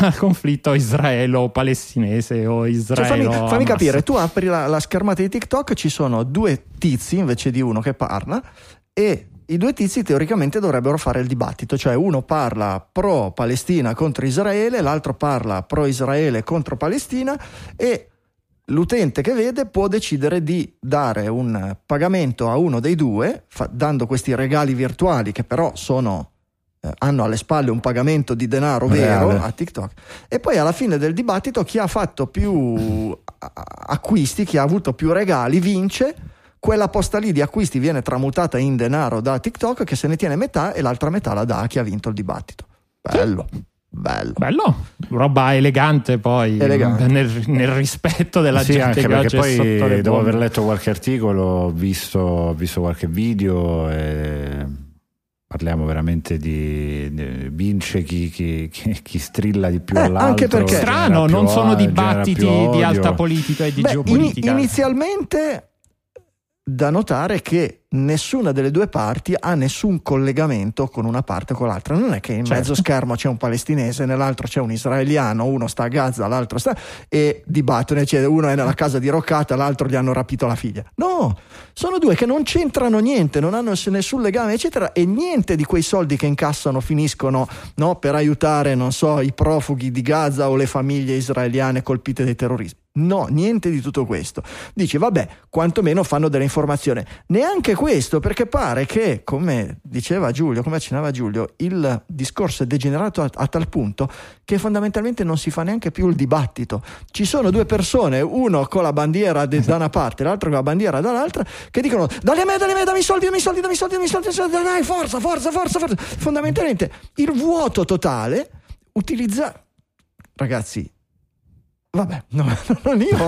israelo-palestinese o israelo. Fammi capire, tu apri la schermata di TikTok, ci sono due tizi invece di uno che parla, e i due tizi teoricamente dovrebbero fare il dibattito, cioè uno parla pro Palestina contro Israele, l'altro parla pro Israele contro Palestina, e l'utente che vede può decidere di dare un pagamento a uno dei due, dando questi regali virtuali che però hanno alle spalle un pagamento di denaro vero a TikTok, e poi alla fine del dibattito chi ha fatto più acquisti, chi ha avuto più regali vince. Quella posta lì di acquisti viene tramutata in denaro da TikTok, che se ne tiene metà e l'altra metà la dà a chi ha vinto il dibattito. Bello. Bello, roba elegante poi, nel rispetto della gente anche che perché oggi è sotto le poi dopo bombe. aver letto qualche articolo ho visto qualche video e parliamo veramente di vince chi strilla di più all'altro. Anche perché strano, non sono dibattiti di alta politica e di geopolitica. Inizialmente da notare che nessuna delle due parti ha nessun collegamento con una parte o con l'altra. Non è che in mezzo schermo c'è un palestinese, nell'altro c'è un israeliano, uno sta a Gaza, l'altro sta e dibattono, uno è nella casa diroccata, l'altro gli hanno rapito la figlia. No, sono due che non c'entrano niente, non hanno nessun legame eccetera, e niente di quei soldi che incassano finiscono, no, per aiutare, non so, i profughi di Gaza o le famiglie israeliane colpite dai terrorismi. No, niente di tutto questo. Dici, vabbè, quantomeno fanno delle informazioni. Neanche questo, perché pare che, come diceva Giulio, come accennava Giulio, il discorso è degenerato a tal punto che fondamentalmente non si fa neanche più il dibattito. Ci sono due persone, uno con la bandiera da una parte, l'altro con la bandiera dall'altra, che dicono dammi i soldi, dai, forza. Fondamentalmente il vuoto totale utilizza... Ragazzi, vabbè, non io.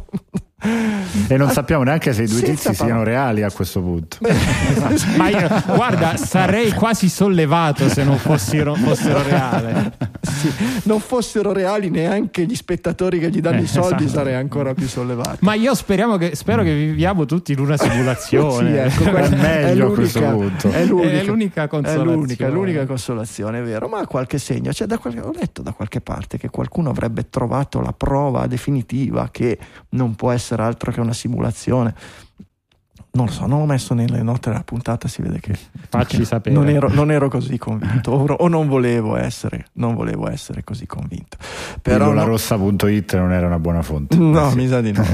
E non sappiamo neanche se i due tizi siano reali a questo punto. Ma io, guarda, sarei quasi sollevato se non fossero reali. Sì, non fossero reali neanche gli spettatori che gli danno i soldi, esatto. Sarei ancora più sollevato. Ma io spero che viviamo tutti in una simulazione. Sì, ecco, è meglio a questo punto. È l'unica consolazione. È l'unica consolazione, è vero. Ma qualche segno, ho letto da qualche parte che qualcuno avrebbe trovato la prova definitiva che non può essere altro che una simulazione. Non lo so, non l'ho messo nelle note della puntata, si vede che facci sapere. Non ero così convinto o non volevo essere così convinto. Però Rossa.it non era una buona fonte. No, mi sa di no.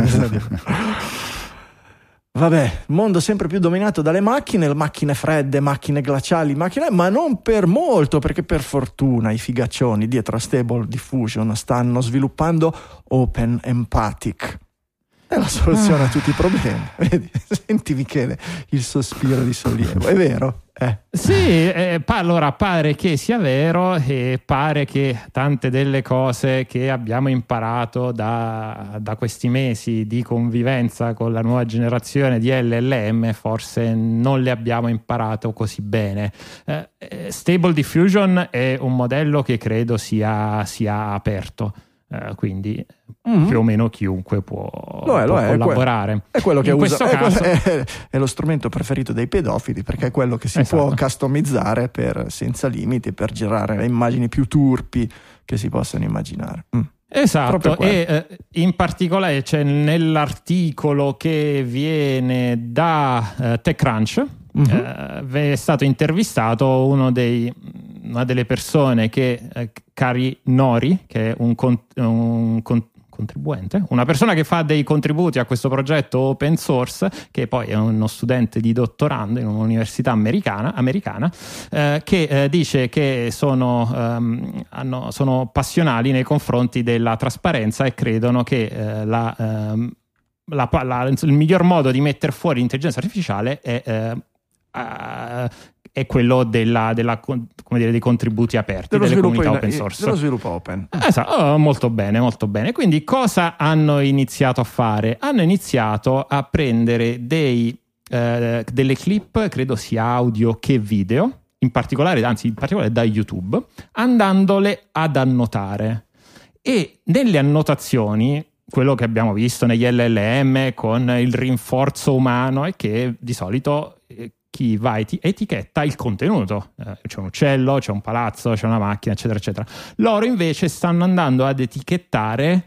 Vabbè, mondo sempre più dominato dalle macchine fredde, macchine glaciali, ma non per molto, perché per fortuna i figaccioni dietro a Stable Diffusion stanno sviluppando Open Empathic. È la soluzione a tutti i problemi. Vedi? Senti Michele il sospiro di sollievo, è vero? Sì, allora pare che sia vero e pare che tante delle cose che abbiamo imparato da questi mesi di convivenza con la nuova generazione di LLM forse non le abbiamo imparato così bene. Stable Diffusion è un modello che credo sia aperto. Quindi più o meno chiunque può collaborare. È quello che in usa, questo caso è lo strumento preferito dei pedofili, perché è quello che si può customizzare senza limiti per girare le immagini più turpi che si possano immaginare. Esatto, e in particolare c'è nell'articolo che viene da TechCrunch è stato intervistato una delle persone che Kari Nori, che è un contribuente, una persona che fa dei contributi a questo progetto open source, che poi è uno studente di dottorando in un'università americana, che dice che sono passionali nei confronti della trasparenza e credono che il miglior modo di mettere fuori l'intelligenza artificiale è quello dei contributi aperti, delle comunità open source, dello sviluppo open. Molto bene. Quindi cosa hanno iniziato a fare? Hanno iniziato a prendere delle clip, credo sia audio che video, in particolare da YouTube, andandole ad annotare, e nelle annotazioni quello che abbiamo visto negli LLM con il rinforzo umano è che di solito chi va etichetta il contenuto, c'è un uccello, c'è un palazzo, c'è una macchina, eccetera eccetera. Loro invece stanno andando ad etichettare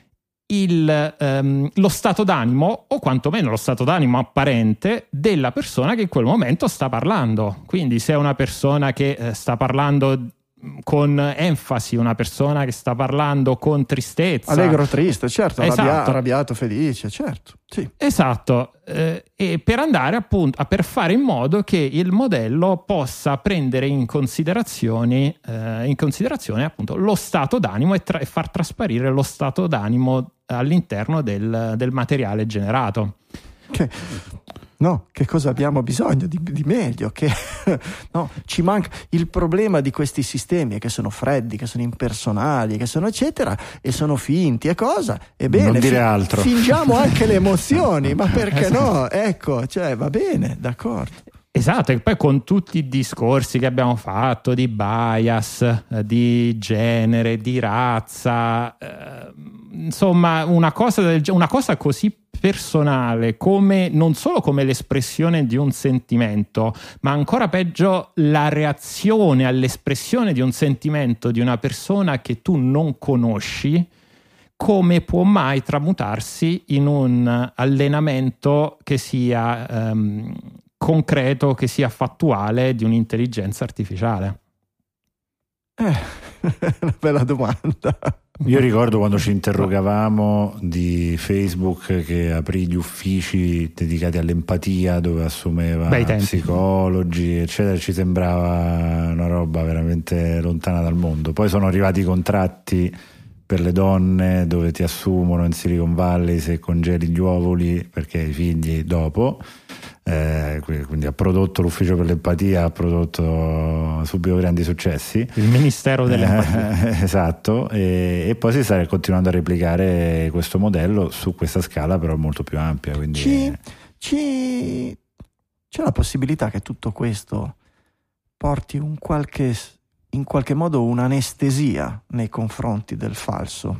lo stato d'animo, o quantomeno lo stato d'animo apparente della persona che in quel momento sta parlando. Quindi se è una persona che sta parlando con enfasi, una persona che sta parlando con tristezza, allegro, triste, certo, esatto. arrabbiato, felice, certo, sì. Esatto, e per andare appunto per fare in modo che il modello possa prendere in considerazione appunto lo stato d'animo e far trasparire lo stato d'animo all'interno del materiale generato. No, che cosa abbiamo bisogno di meglio? Che no, ci manca. Il problema di questi sistemi è che sono freddi, che sono impersonali, che sono eccetera, e sono finti e cosa? Ebbene, non dire altro. Fingiamo anche le emozioni, ma perché no? Ecco, cioè va bene, d'accordo. Esatto, e poi con tutti i discorsi che abbiamo fatto di bias, di genere, di razza, insomma una cosa così personale come non solo come l'espressione di un sentimento, ma ancora peggio la reazione all'espressione di un sentimento di una persona che tu non conosci, come può mai tramutarsi in un allenamento che sia concreto, che sia fattuale di un'intelligenza artificiale? Una bella domanda. Io ricordo quando ci interrogavamo di Facebook che aprì gli uffici dedicati all'empatia, dove assumeva psicologi eccetera, ci sembrava una roba veramente lontana dal mondo. Poi sono arrivati i contratti per le donne dove ti assumono in Silicon Valley se congeli gli ovuli perché hai figli dopo. Quindi ha prodotto l'ufficio per l'empatia, ha prodotto subito grandi successi, il Ministero dell'Empatia. Esatto, e poi si sta continuando a replicare questo modello su questa scala però molto più ampia, quindi c'è la possibilità che tutto questo porti in qualche modo un'anestesia nei confronti del falso,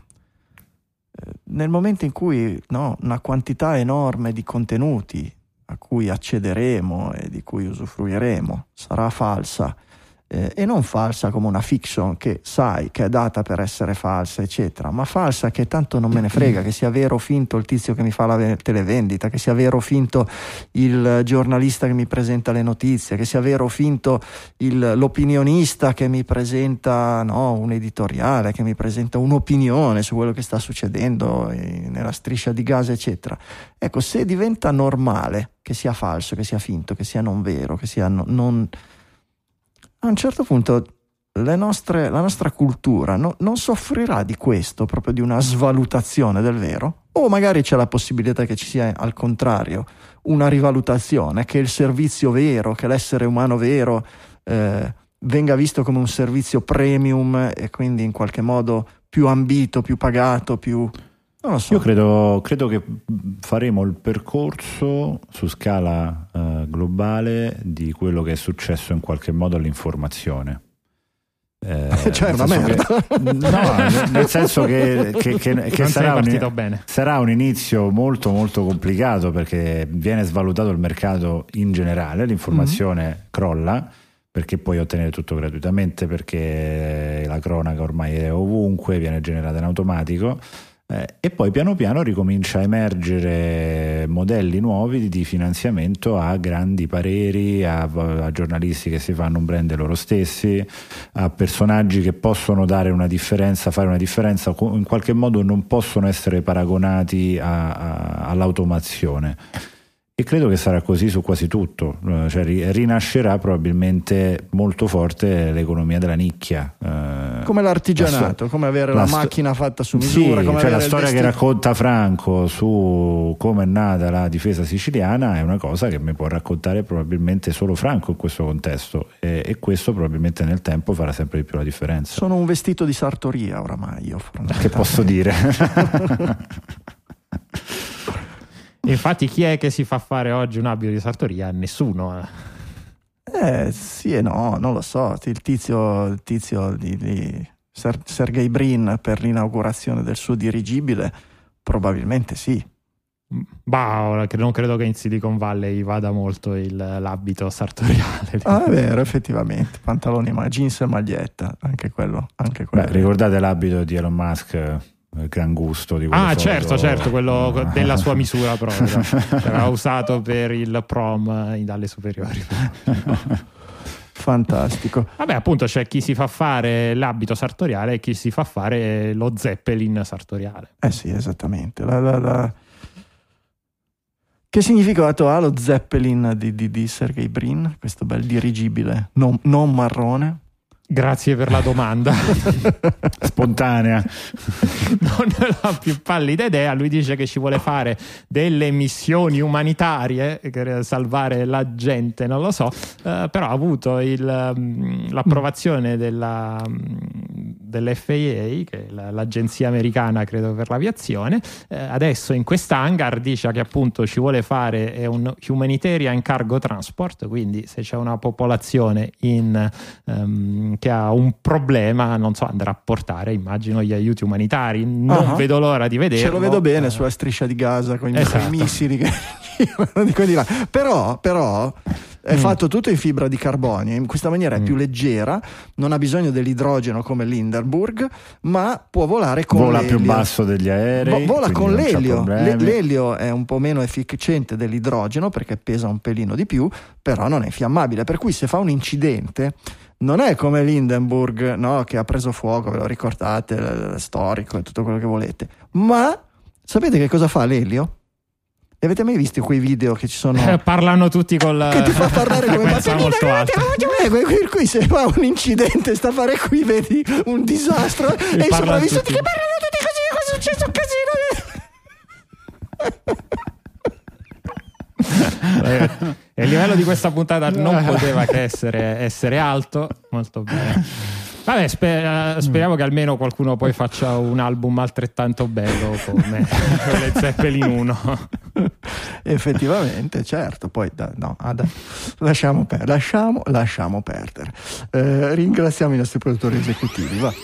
nel momento in cui una quantità enorme di contenuti a cui accederemo e di cui usufruiremo sarà falsa, e non falsa come una fiction che sai che è data per essere falsa eccetera, ma falsa che tanto non me ne frega, che sia vero o finto il tizio che mi fa la televendita, che sia vero o finto il giornalista che mi presenta le notizie, che sia vero o finto l'opinionista che mi presenta un editoriale, che mi presenta un'opinione su quello che sta succedendo nella striscia di Gaza eccetera. Ecco, se diventa normale che sia falso, che sia finto, che sia non vero, che sia non a un certo punto la nostra cultura non soffrirà di questo, proprio di una svalutazione del vero? O magari c'è la possibilità che ci sia al contrario una rivalutazione, che il servizio vero, che l'essere umano vero venga visto come un servizio premium e quindi in qualche modo più ambito, più pagato, più... Non lo so. Io credo che faremo il percorso su scala globale di quello che è successo in qualche modo all'informazione. Cioè una merda. Nel senso che sarà un inizio molto molto complicato, perché viene svalutato il mercato in generale, l'informazione crolla, perché puoi ottenere tutto gratuitamente, perché la cronaca ormai è ovunque, viene generata in automatico. E poi piano piano ricomincia a emergere modelli nuovi di finanziamento a grandi pareri, a giornalisti che si fanno un brand loro stessi, a personaggi che possono fare una differenza, in qualche modo non possono essere paragonati all'automazione. E credo che sarà così su quasi tutto, cioè rinascerà probabilmente molto forte l'economia della nicchia, come l'artigianato, come avere la macchina fatta su misura, sì, come cioè la storia che racconta Franco su come è nata la difesa siciliana è una cosa che mi può raccontare probabilmente solo Franco in questo contesto, e questo probabilmente nel tempo farà sempre di più la differenza. Sono un vestito di sartoria oramai io, che posso dire. Infatti chi è che si fa fare oggi un abito di sartoria? Nessuno. Sì e no, non lo so. Il tizio di Sergey Brin per l'inaugurazione del suo dirigibile probabilmente sì. Bah, non credo che in Silicon Valley vada molto l'abito sartoriale. È vero, effettivamente, pantaloni, jeans e maglietta, anche quello. Beh, ricordate l'abito di Elon Musk? Il gran gusto di quello. Certo, quello della sua misura proprio, che aveva usato per il prom dalle superiori. Fantastico. Vabbè, appunto c'è chi si fa fare l'abito sartoriale e chi si fa fare lo Zeppelin sartoriale. Sì, esattamente. Che significato ha lo Zeppelin di Sergey Brin, questo bel dirigibile non marrone? Grazie per la domanda. Spontanea. Non ne ho più pallida idea. Lui dice che ci vuole fare delle missioni umanitarie per salvare la gente, non lo so, però ha avuto l'approvazione dell'FAA, che è l'agenzia americana credo per l'aviazione. Adesso in quest'hangar dice che appunto ci vuole fare un humanitarian cargo transport, quindi se c'è una popolazione che ha un problema, non so, andrà a portare, immagino, gli aiuti umanitari. Non vedo l'ora di vederlo. Ce lo vedo bene sulla striscia di Gaza con i missili che di qua e di là. Però è fatto tutto in fibra di carbonio, in questa maniera è più leggera, non ha bisogno dell'idrogeno come l'Hindenburg, ma può volare con vola l'elio. Più basso degli aerei, vola con l'elio. L'elio è un po' meno efficiente dell'idrogeno perché pesa un pelino di più, però non è infiammabile, per cui se fa un incidente non è come l'Hindenburg, no, che ha preso fuoco, ve lo ricordate, storico e tutto quello che volete, ma sapete che cosa fa l'elio? E avete mai visto quei video che ci sono? Parlano tutti che ti fa parlare come molto alta. Qui se fa un incidente, sta a fare qui, vedi un disastro e i sopravvissuti che parlano tutti così, cosa è successo, un casino. E il livello di questa puntata non poteva che essere alto. Molto bene. Vabbè, speriamo che almeno qualcuno poi faccia un album altrettanto bello come le Zeppelin 1. Effettivamente, certo. Poi lasciamo perdere. Ringraziamo i nostri produttori esecutivi. Va.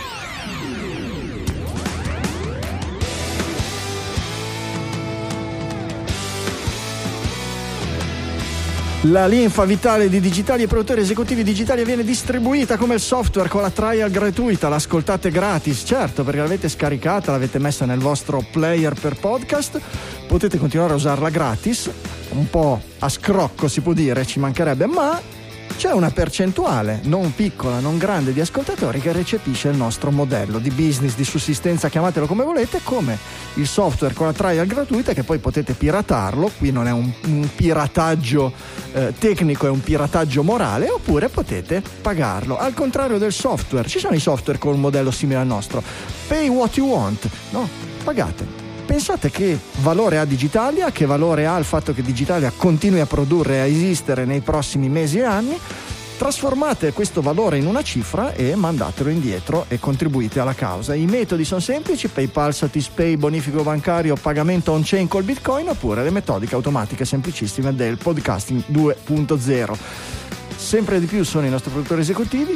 La linfa vitale di Digitalia e produttori esecutivi Digitalia viene distribuita come il software con la trial gratuita, l'ascoltate gratis, certo, perché l'avete scaricata, l'avete messa nel vostro player per podcast, potete continuare a usarla gratis, un po' a scrocco si può dire, ci mancherebbe, ma c'è una percentuale non piccola, non grande di ascoltatori che recepisce il nostro modello di business, di sussistenza, chiamatelo come volete, come il software con la trial gratuita, che poi potete piratarlo. Qui non è un pirataggio tecnico, è un pirataggio morale, oppure potete pagarlo. Al contrario del software, ci sono i software con un modello simile al nostro, pay what you want, no? Pagate. Pensate che valore ha Digitalia, che valore ha il fatto che Digitalia continui a produrre e a esistere nei prossimi mesi e anni. Trasformate questo valore in una cifra e mandatelo indietro e contribuite alla causa. I metodi sono semplici: PayPal, Satispay, bonifico bancario, pagamento on-chain col Bitcoin, oppure le metodiche automatiche semplicissime del podcasting 2.0. Sempre di più sono i nostri produttori esecutivi.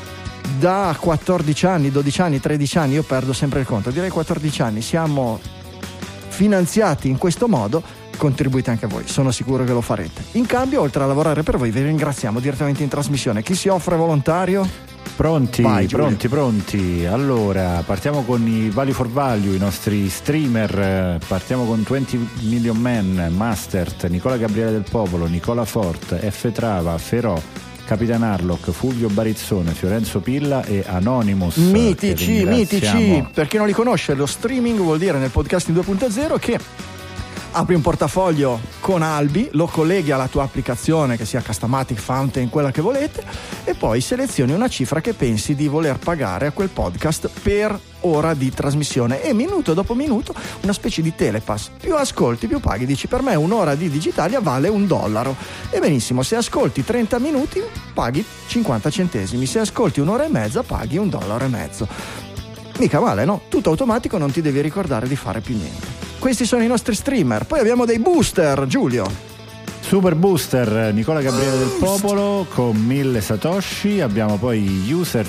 Da 14 anni, 12 anni, 13 anni, io perdo sempre il conto, direi 14 anni, siamo finanziati in questo modo. Contribuite anche voi, sono sicuro che lo farete. In cambio, oltre a lavorare per voi, vi ringraziamo direttamente in trasmissione. Chi si offre volontario? Pronti. Vai, Pronti. Allora, partiamo con i Value for Value, i nostri streamer. Partiamo con 20 Million Man, Mastert, Nicola Gabriele del Popolo, Nicola Fort, F Trava, Ferò, Capitan Harlock, Fulvio Barizzone, Fiorenzo Pilla e Anonymous. Mitici. Per chi non li conosce, lo streaming vuol dire nel podcasting 2.0 che apri un portafoglio con Albi, lo colleghi alla tua applicazione, che sia Castamatic, Fountain, quella che volete, e poi selezioni una cifra che pensi di voler pagare a quel podcast per ora di trasmissione, e minuto dopo minuto una specie di telepass. Più ascolti, più paghi. Dici: per me un'ora di Digitalia vale $1. E benissimo, se ascolti 30 minuti paghi 50 centesimi, se ascolti un'ora e mezza paghi $1,50. Mica male, no? Tutto automatico, non ti devi ricordare di fare più niente. Questi sono i nostri streamer. Poi abbiamo dei booster, Giulio. Super booster, Nicola Gabriele del Popolo con 1000 Satoshi. Abbiamo poi user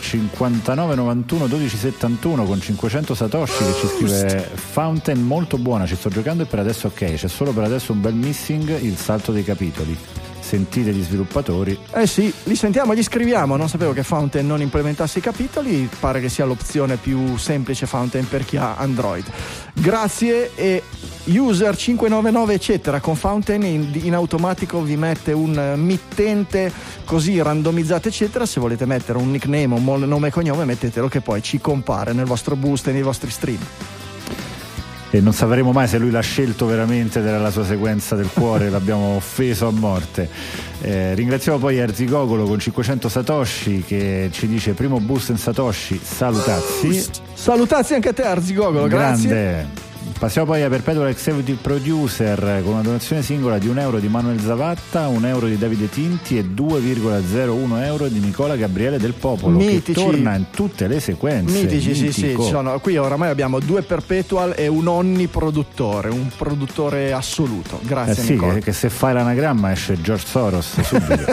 59911271 con 500 Satoshi che ci scrive: Fountain molto buona, ci sto giocando e per adesso ok, c'è solo per adesso un bel missing, il salto dei capitoli. Sentite gli sviluppatori. Sì, li sentiamo, gli scriviamo. Non sapevo che Fountain non implementasse i capitoli, pare che sia l'opzione più semplice Fountain per chi ha Android. Grazie. E user 599 eccetera, con Fountain in automatico vi mette un mittente così randomizzato eccetera. Se volete mettere un nickname, un nome e cognome, mettetelo, che poi ci compare nel vostro boost e nei vostri stream. e non sapremo mai se lui l'ha scelto veramente della sua sequenza del cuore, l'abbiamo offeso a morte. Ringraziamo poi Arzigogolo con 500 Satoshi che ci dice primo boost in Satoshi, salutazzi. Salutazzi anche a te Arzigogolo, grazie. Grande. Passiamo poi a Perpetual Executive Producer con una donazione singola di €1 di Manuel Zavatta, €1 di Davide Tinti e 2,01 euro di Nicola Gabriele del Popolo, mitici, che torna in tutte le sequenze. Mitici, sì, sono, qui oramai abbiamo 2 Perpetual e un onniproduttore, un produttore assoluto. Grazie sì, Nicola. che se fai l'anagramma esce George Soros subito.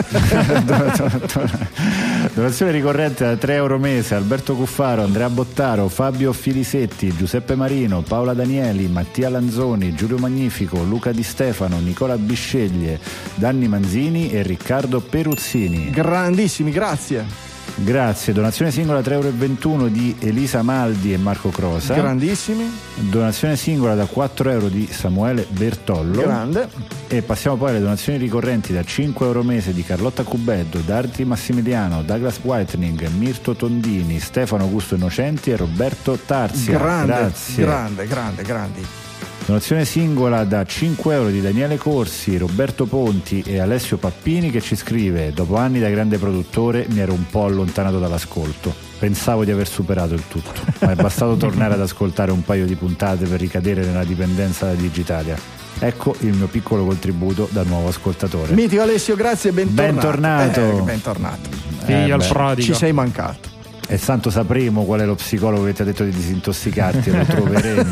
Donazione ricorrente da €3 mese: Alberto Cuffaro, Andrea Bottaro, Fabio Filisetti, Giuseppe Marino, Paola Danieli, Mattia Lanzoni, Giulio Magnifico, Luca Di Stefano, Nicola Bisceglie, Danni Manzini e Riccardo Peruzzini. Grandissimi, grazie. Grazie. Donazione singola €3,21 di Elisa Maldi e Marco Crosa. Grandissimi. Donazione singola da €4 di Samuele Bertollo. Grande. E passiamo poi alle donazioni ricorrenti da €5 mese di Carlotta Cubeddo, Darti Massimiliano, Douglas Whitening, Mirto Tondini, Stefano Augusto Innocenti e Roberto Tarzia. Grazie. Grandi. Donazione singola da €5 di Daniele Corsi, Roberto Ponti e Alessio Pappini, che ci scrive: dopo anni da grande produttore mi ero un po' allontanato dall'ascolto, pensavo di aver superato il tutto, ma è bastato tornare ad ascoltare un paio di puntate per ricadere nella dipendenza da Digitalia. Ecco il mio piccolo contributo da nuovo ascoltatore. Mitico Alessio, grazie e bentornato. Bentornato. Figlio al prodigo. Ci sei mancato. E santo sapremo qual è lo psicologo che ti ha detto di disintossicarti, lo troveremo.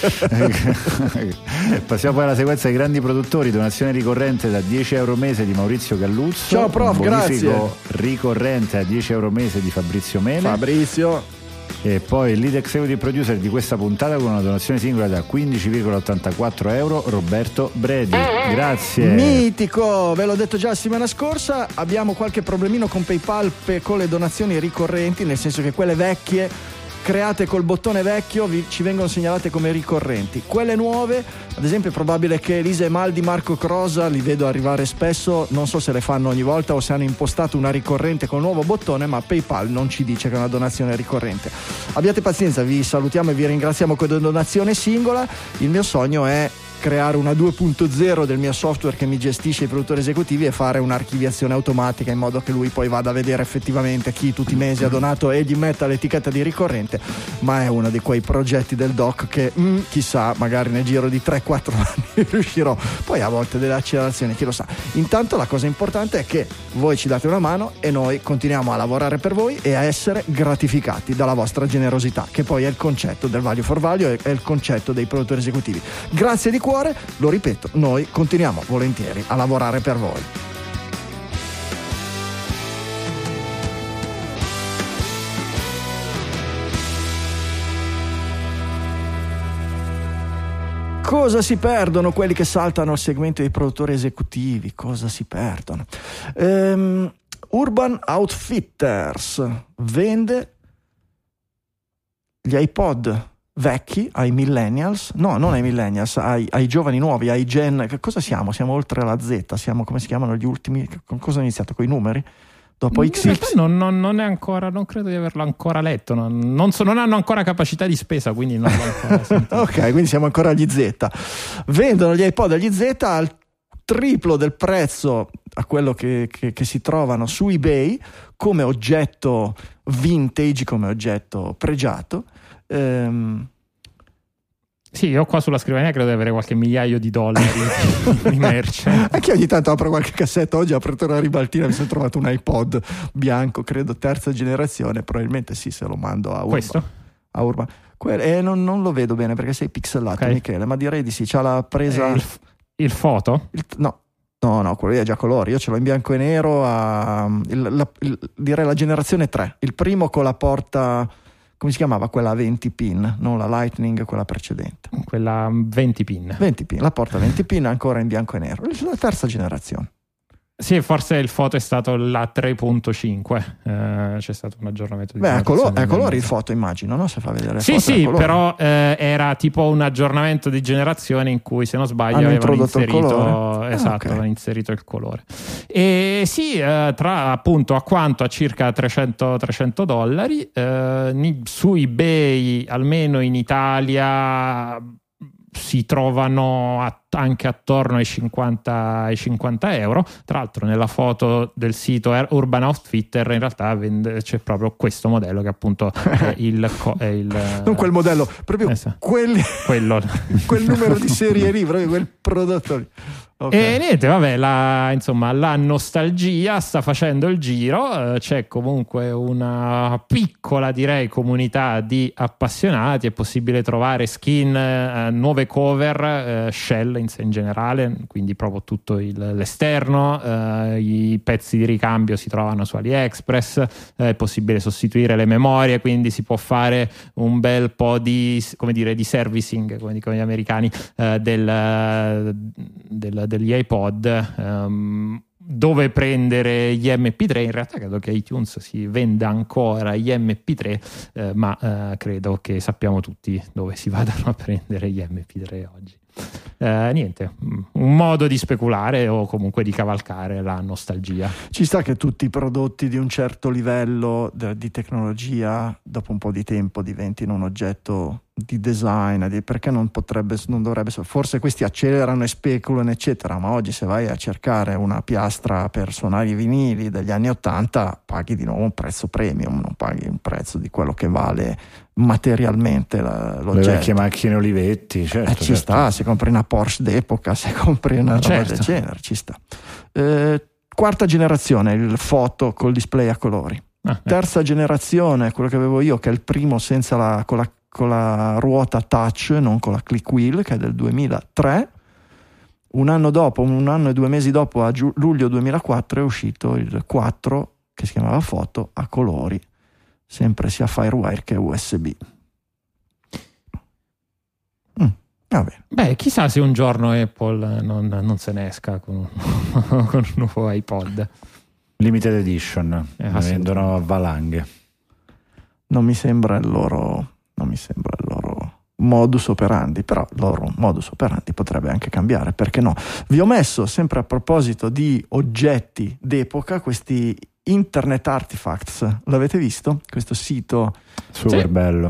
Passiamo poi alla sequenza dei grandi produttori. Donazione ricorrente da €10 mese di Maurizio Galluzzo. Ciao prof, grazie. Ricorrente a €10 mese di Fabrizio Mele. Fabrizio. E poi il lead executive producer di questa puntata con una donazione singola da €15,84 Roberto Bredi. Grazie. Mitico, ve l'ho detto già la settimana scorsa, abbiamo qualche problemino con PayPal con le donazioni ricorrenti, nel senso che quelle vecchie create col bottone vecchio ci vengono segnalate come ricorrenti. Quelle nuove, ad esempio, è probabile che Elisa Emaldi, Marco Crosa, li vedo arrivare spesso, non so se le fanno ogni volta o se hanno impostato una ricorrente con il nuovo bottone, ma PayPal non ci dice che è una donazione ricorrente. Abbiate pazienza, vi salutiamo e vi ringraziamo con la donazione singola. Il mio sogno è creare una 2.0 del mio software che mi gestisce i produttori esecutivi e fare un'archiviazione automatica in modo che lui poi vada a vedere effettivamente chi tutti i mesi ha donato e gli metta l'etichetta di ricorrente, ma è uno di quei progetti del doc che chissà, magari nel giro di 3-4 anni riuscirò. Poi a volte delle accelerazioni, chi lo sa. Intanto la cosa importante è che voi ci date una mano e noi continuiamo a lavorare per voi e a essere gratificati dalla vostra generosità, che poi è il concetto del value for value, è il concetto dei produttori esecutivi. Grazie di cuore. Lo ripeto, noi continuiamo volentieri a lavorare per voi. Cosa si perdono quelli che saltano al segmento dei produttori esecutivi? Cosa si perdono? Urban Outfitters vende gli iPod vecchi ai millennials, no, non ai millennials, ai giovani nuovi, ai gen. Che cosa siamo? Siamo oltre la Z, siamo, come si chiamano gli ultimi? Con cosa è iniziato? Con i numeri? Dopo XY? Non è ancora, non credo di averlo ancora letto, non hanno ancora capacità di spesa, quindi non l'ho ancora sentito. Ok, quindi siamo ancora agli Z. Vendono gli iPod agli Z al triplo del prezzo a quello che si trovano su eBay come oggetto vintage, come oggetto pregiato. Sì, io qua sulla scrivania credo di avere qualche migliaio di dollari di merce. Anche ogni tanto apro qualche cassetta. Oggi ho aperto una ribaltina, mi sono trovato un iPod bianco, credo terza generazione, probabilmente sì, se lo mando a Urban. Questo? A Urban. Non lo vedo bene perché sei pixelato, okay. Michele, ma direi di sì, c'ha la presa... Il foto? No, quello lì è già colori, io ce l'ho in bianco e nero direi la generazione 3, il primo con la porta... Come si chiamava quella a 20 pin? Non la Lightning, quella precedente. Quella 20 pin. 20 pin, la porta 20 pin ancora in bianco e nero. La terza generazione. Sì, forse il foto è stato la 3.5, c'è stato un aggiornamento di a colori il foto, immagino, no? Se fa vedere sì, foto, sì, però era tipo un aggiornamento di generazione in cui, se non sbaglio, avevano inserito avevano inserito il colore. E sì, tra appunto a quanto a circa $300 su eBay, almeno in Italia si trovano anche attorno ai 50 euro. Tra l'altro nella foto del sito Urban Outfitter in realtà c'è proprio questo modello che appunto è il non quel modello, proprio quello quel numero di serie lì, proprio quel prodotto lì. Okay. E niente, vabbè, la nostalgia sta facendo il giro, c'è comunque una piccola, direi, comunità di appassionati, è possibile trovare skin, nuove cover, shell in generale, quindi proprio tutto l'esterno, i pezzi di ricambio si trovano su AliExpress, è possibile sostituire le memorie, quindi si può fare un bel po' di, come dire, di servicing, come dicono gli americani, degli iPod, dove prendere gli MP3. In realtà credo che iTunes si venda ancora gli MP3, ma credo che sappiamo tutti dove si vadano a prendere gli MP3 oggi. Niente, un modo di speculare o comunque di cavalcare la nostalgia. Ci sta che tutti i prodotti di un certo livello di tecnologia dopo un po' di tempo diventino un oggetto di design, perché non dovrebbe, forse questi accelerano e speculano eccetera, ma oggi se vai a cercare una piastra per suonare i vinili degli anni 80 paghi di nuovo un prezzo premium, non paghi un prezzo di quello che vale materialmente l'oggetto. Le vecchie macchine Olivetti, certo, ci sta, se compri una Porsche d'epoca, se compri una roba del genere, ci sta. Quarta generazione, il foto col display a colori. Terza generazione, quello che avevo io, che è il primo senza con la ruota touch, non con la click wheel, che è del 2003. Un anno e 2 mesi dopo, a luglio 2004, è uscito il 4, che si chiamava foto a colori, sempre sia Firewire che USB. Va bene. Beh, chissà se un giorno Apple non se ne esca con un nuovo iPod. Limited edition, ne vendono a valanghe. Non mi sembra il loro modus operandi, però il loro modus operandi potrebbe anche cambiare, perché no? Vi ho messo, sempre a proposito di oggetti d'epoca, questi Internet Artifacts. L'avete visto? Questo sito super bello,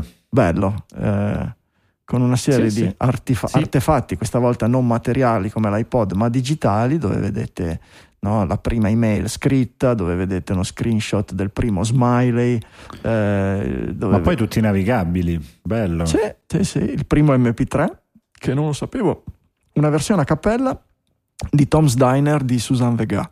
con una serie di artefatti, questa volta non materiali come l'iPod, ma digitali, dove vedete la prima email scritta, dove vedete uno screenshot del primo smiley, ma poi tutti navigabili, bello. Sì, il primo MP3, che non lo sapevo, una versione a cappella di Tom's Diner di Suzanne Vega.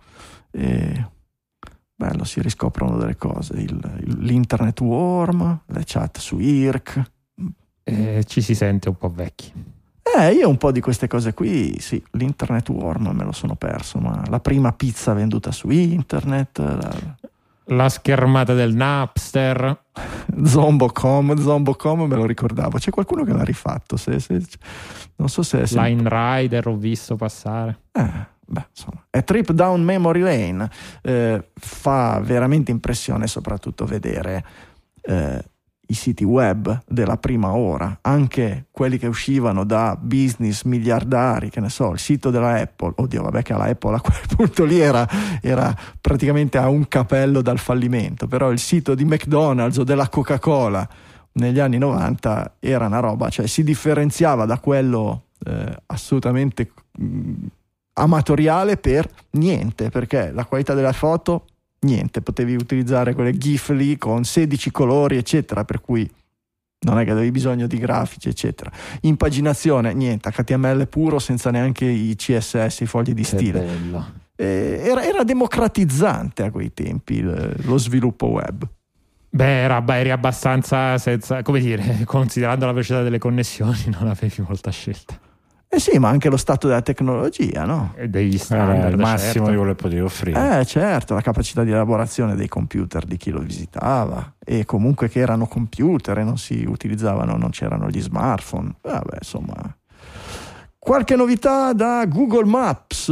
Bello, si riscoprono delle cose, l'internet warm, le chat su IRC. Ci si sente un po' vecchi. Io un po' di queste cose qui, sì, l'internet warm me lo sono perso, ma la prima pizza venduta su internet, la schermata del Napster, Zombocom me lo ricordavo. C'è qualcuno che l'ha rifatto, non so se è Line Rider, ho visto passare. Insomma, è Trip Down Memory Lane. Fa veramente impressione soprattutto vedere i siti web della prima ora, anche quelli che uscivano da business miliardari, che ne so, il sito della Apple, che la Apple a quel punto lì era praticamente a un capello dal fallimento, però il sito di McDonald's o della Coca-Cola negli anni 90 era una roba, cioè si differenziava da quello assolutamente amatoriale per niente, perché la qualità della foto niente, potevi utilizzare quelle GIF lì con 16 colori eccetera, per cui non è che avevi bisogno di grafici eccetera. Impaginazione niente, HTML puro senza neanche i CSS, i fogli di stile. Era democratizzante a quei tempi lo sviluppo web. Eri abbastanza considerando la velocità delle connessioni non avevi molta scelta. Sì, ma anche lo stato della tecnologia, no? E degli standard, il massimo di quello che potevi offrire. Certo, la capacità di elaborazione dei computer di chi lo visitava, e comunque che erano computer e non si utilizzavano, non c'erano gli smartphone. Insomma, qualche novità da Google Maps?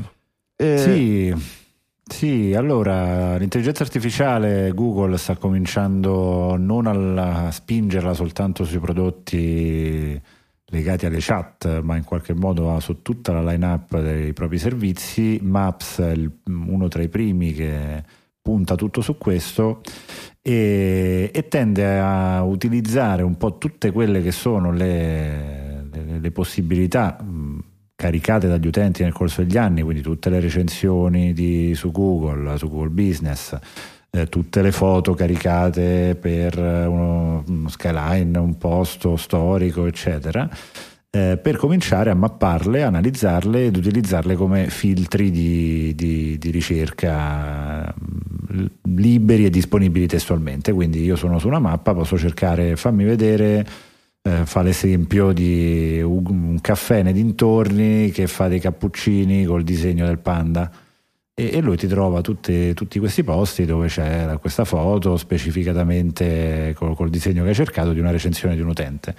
Sì, allora l'intelligenza artificiale Google sta cominciando non a spingerla soltanto sui prodotti legati alle chat, ma in qualche modo su tutta la line-up dei propri servizi. Maps è uno tra i primi che punta tutto su questo e tende a utilizzare un po' tutte quelle che sono le le possibilità caricate dagli utenti nel corso degli anni, quindi tutte le recensioni su Google Business, tutte le foto caricate per uno skyline, un posto storico, eccetera, per cominciare a mapparle, analizzarle ed utilizzarle come filtri di ricerca liberi e disponibili testualmente. Quindi io sono su una mappa, posso cercare, fammi vedere, fa l'esempio di un caffè nei dintorni che fa dei cappuccini col disegno del panda, e lui ti trova tutti questi posti dove c'è questa foto specificatamente col disegno che hai cercato di una recensione di un utente.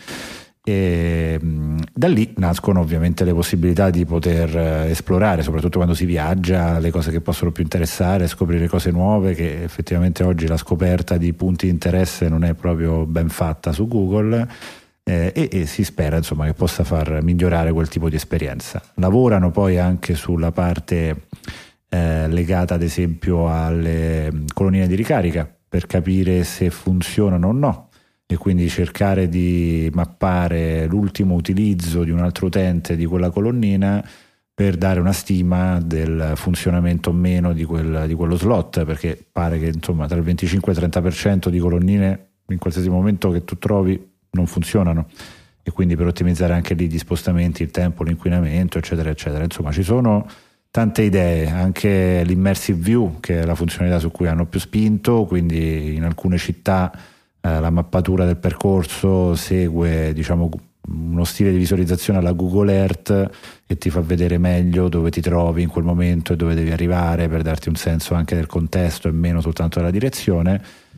E da lì nascono ovviamente le possibilità di poter esplorare, soprattutto quando si viaggia, le cose che possono più interessare, scoprire cose nuove, che effettivamente oggi la scoperta di punti di interesse non è proprio ben fatta su Google, e si spera insomma che possa far migliorare quel tipo di esperienza. Lavorano poi anche sulla parte legata ad esempio alle colonnine di ricarica, per capire se funzionano o no, e quindi cercare di mappare l'ultimo utilizzo di un altro utente di quella colonnina per dare una stima del funzionamento o meno di quello slot, perché pare che insomma tra il 25 e il 30% di colonnine in qualsiasi momento che tu trovi non funzionano, e quindi per ottimizzare anche lì gli spostamenti, il tempo, l'inquinamento, eccetera eccetera. Insomma, ci sono tante idee, anche l'immersive view, che è la funzionalità su cui hanno più spinto, quindi in alcune città la mappatura del percorso segue, diciamo, uno stile di visualizzazione alla Google Earth, e ti fa vedere meglio dove ti trovi in quel momento e dove devi arrivare, per darti un senso anche del contesto e meno soltanto della direzione.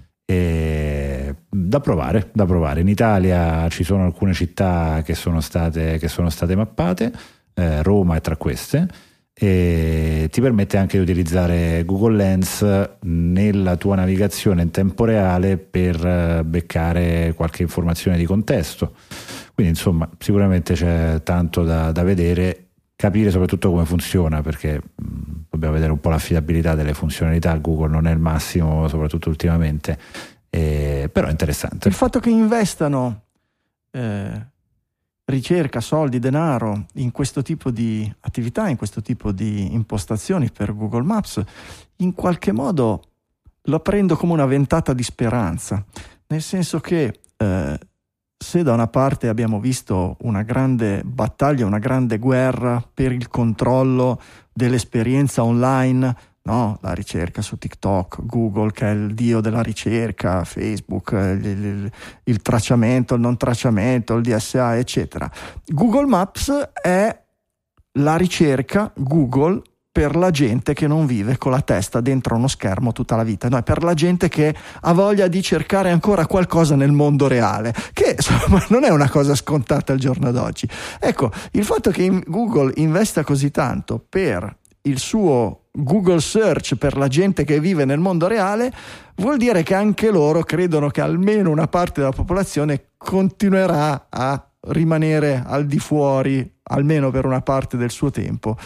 E da provare. In Italia ci sono alcune città che sono state mappate, Roma è tra queste, e ti permette anche di utilizzare Google Lens nella tua navigazione in tempo reale per beccare qualche informazione di contesto. Quindi insomma sicuramente c'è tanto da vedere, capire soprattutto come funziona, perché dobbiamo vedere un po' l'affidabilità delle funzionalità. Google non è il massimo, soprattutto ultimamente, però è interessante. Il fatto che investano ricerca, soldi, denaro in questo tipo di attività, in questo tipo di impostazioni per Google Maps, in qualche modo lo prendo come una ventata di speranza, nel senso che se da una parte abbiamo visto una grande battaglia, una grande guerra per il controllo dell'esperienza online, no? La ricerca su TikTok, Google che è il dio della ricerca, Facebook, il tracciamento, il non tracciamento, il DSA, eccetera. Google Maps è la ricerca Google per la gente che non vive con la testa dentro uno schermo tutta la vita, no? È per la gente che ha voglia di cercare ancora qualcosa nel mondo reale, che insomma non è una cosa scontata al giorno d'oggi. Ecco, il fatto che Google investa così tanto per il suo Google Search per la gente che vive nel mondo reale vuol dire che anche loro credono che almeno una parte della popolazione continuerà a rimanere al di fuori, almeno per una parte del suo tempo,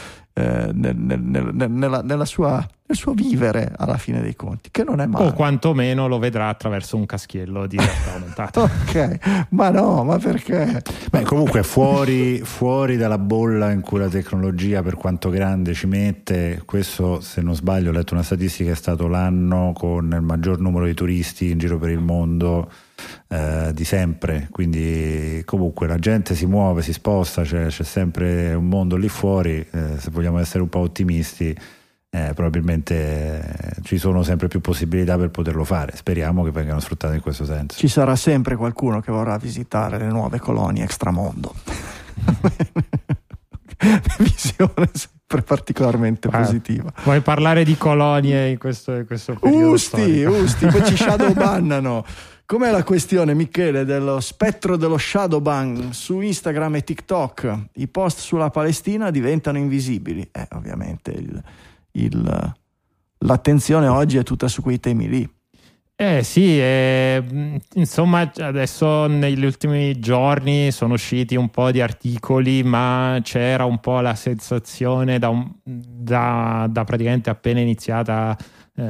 nel suo vivere alla fine dei conti, che non è male. O quantomeno lo vedrà attraverso un caschiello di realtà aumentata. Ok, ma perché? Beh, comunque fuori dalla bolla in cui la tecnologia, per quanto grande, ci mette. Questo, se non sbaglio, ho letto una statistica, è stato l'anno con il maggior numero di turisti in giro per il mondo di sempre, quindi comunque la gente si muove, si sposta, c'è sempre un mondo lì fuori. Se vogliamo essere un po' ottimisti, probabilmente ci sono sempre più possibilità per poterlo fare. Speriamo che vengano sfruttate in questo senso. Ci sarà sempre qualcuno che vorrà visitare le nuove colonie extramondo. Visione sempre particolarmente positiva. Vuoi parlare di colonie in questo periodo storico? Usti, poi ci shadowbannano. Com'è la questione, Michele, dello spettro dello shadowban su Instagram e TikTok? I post sulla Palestina diventano invisibili. Ovviamente l'attenzione oggi è tutta su quei temi lì. Sì, insomma adesso negli ultimi giorni sono usciti un po' di articoli, ma c'era un po' la sensazione da praticamente appena iniziata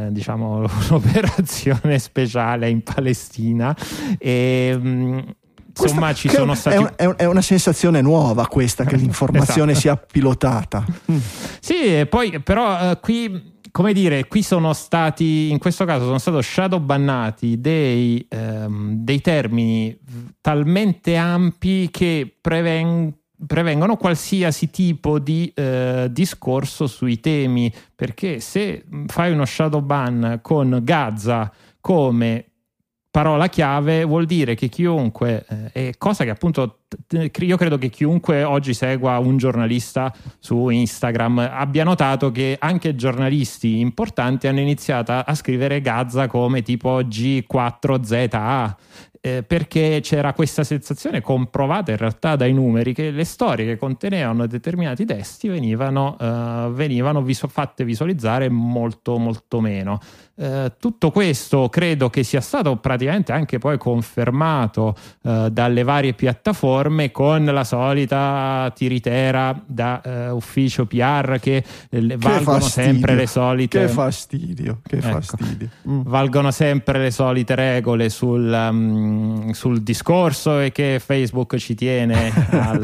un'operazione speciale in Palestina, e insomma ci sono stati... È una sensazione nuova questa, che l'informazione sia pilotata. Sì, e poi però qui, come dire, qui sono stati, in questo caso sono stato shadowbannati dei termini talmente ampi che prevengono qualsiasi tipo di discorso sui temi, perché se fai uno shadow ban con Gaza come parola chiave vuol dire che chiunque, cosa che appunto io credo che chiunque oggi segua un giornalista su Instagram abbia notato che anche giornalisti importanti hanno iniziato a scrivere Gaza come tipo G4ZA, perché c'era questa sensazione comprovata in realtà dai numeri che le storie che contenevano determinati testi venivano fatte visualizzare molto molto meno. Tutto questo credo che sia stato praticamente anche poi confermato dalle varie piattaforme, con la solita tiritera da ufficio PR che valgono sempre le solite... Che fastidio. Valgono sempre le solite regole sul discorso, e che Facebook ci tiene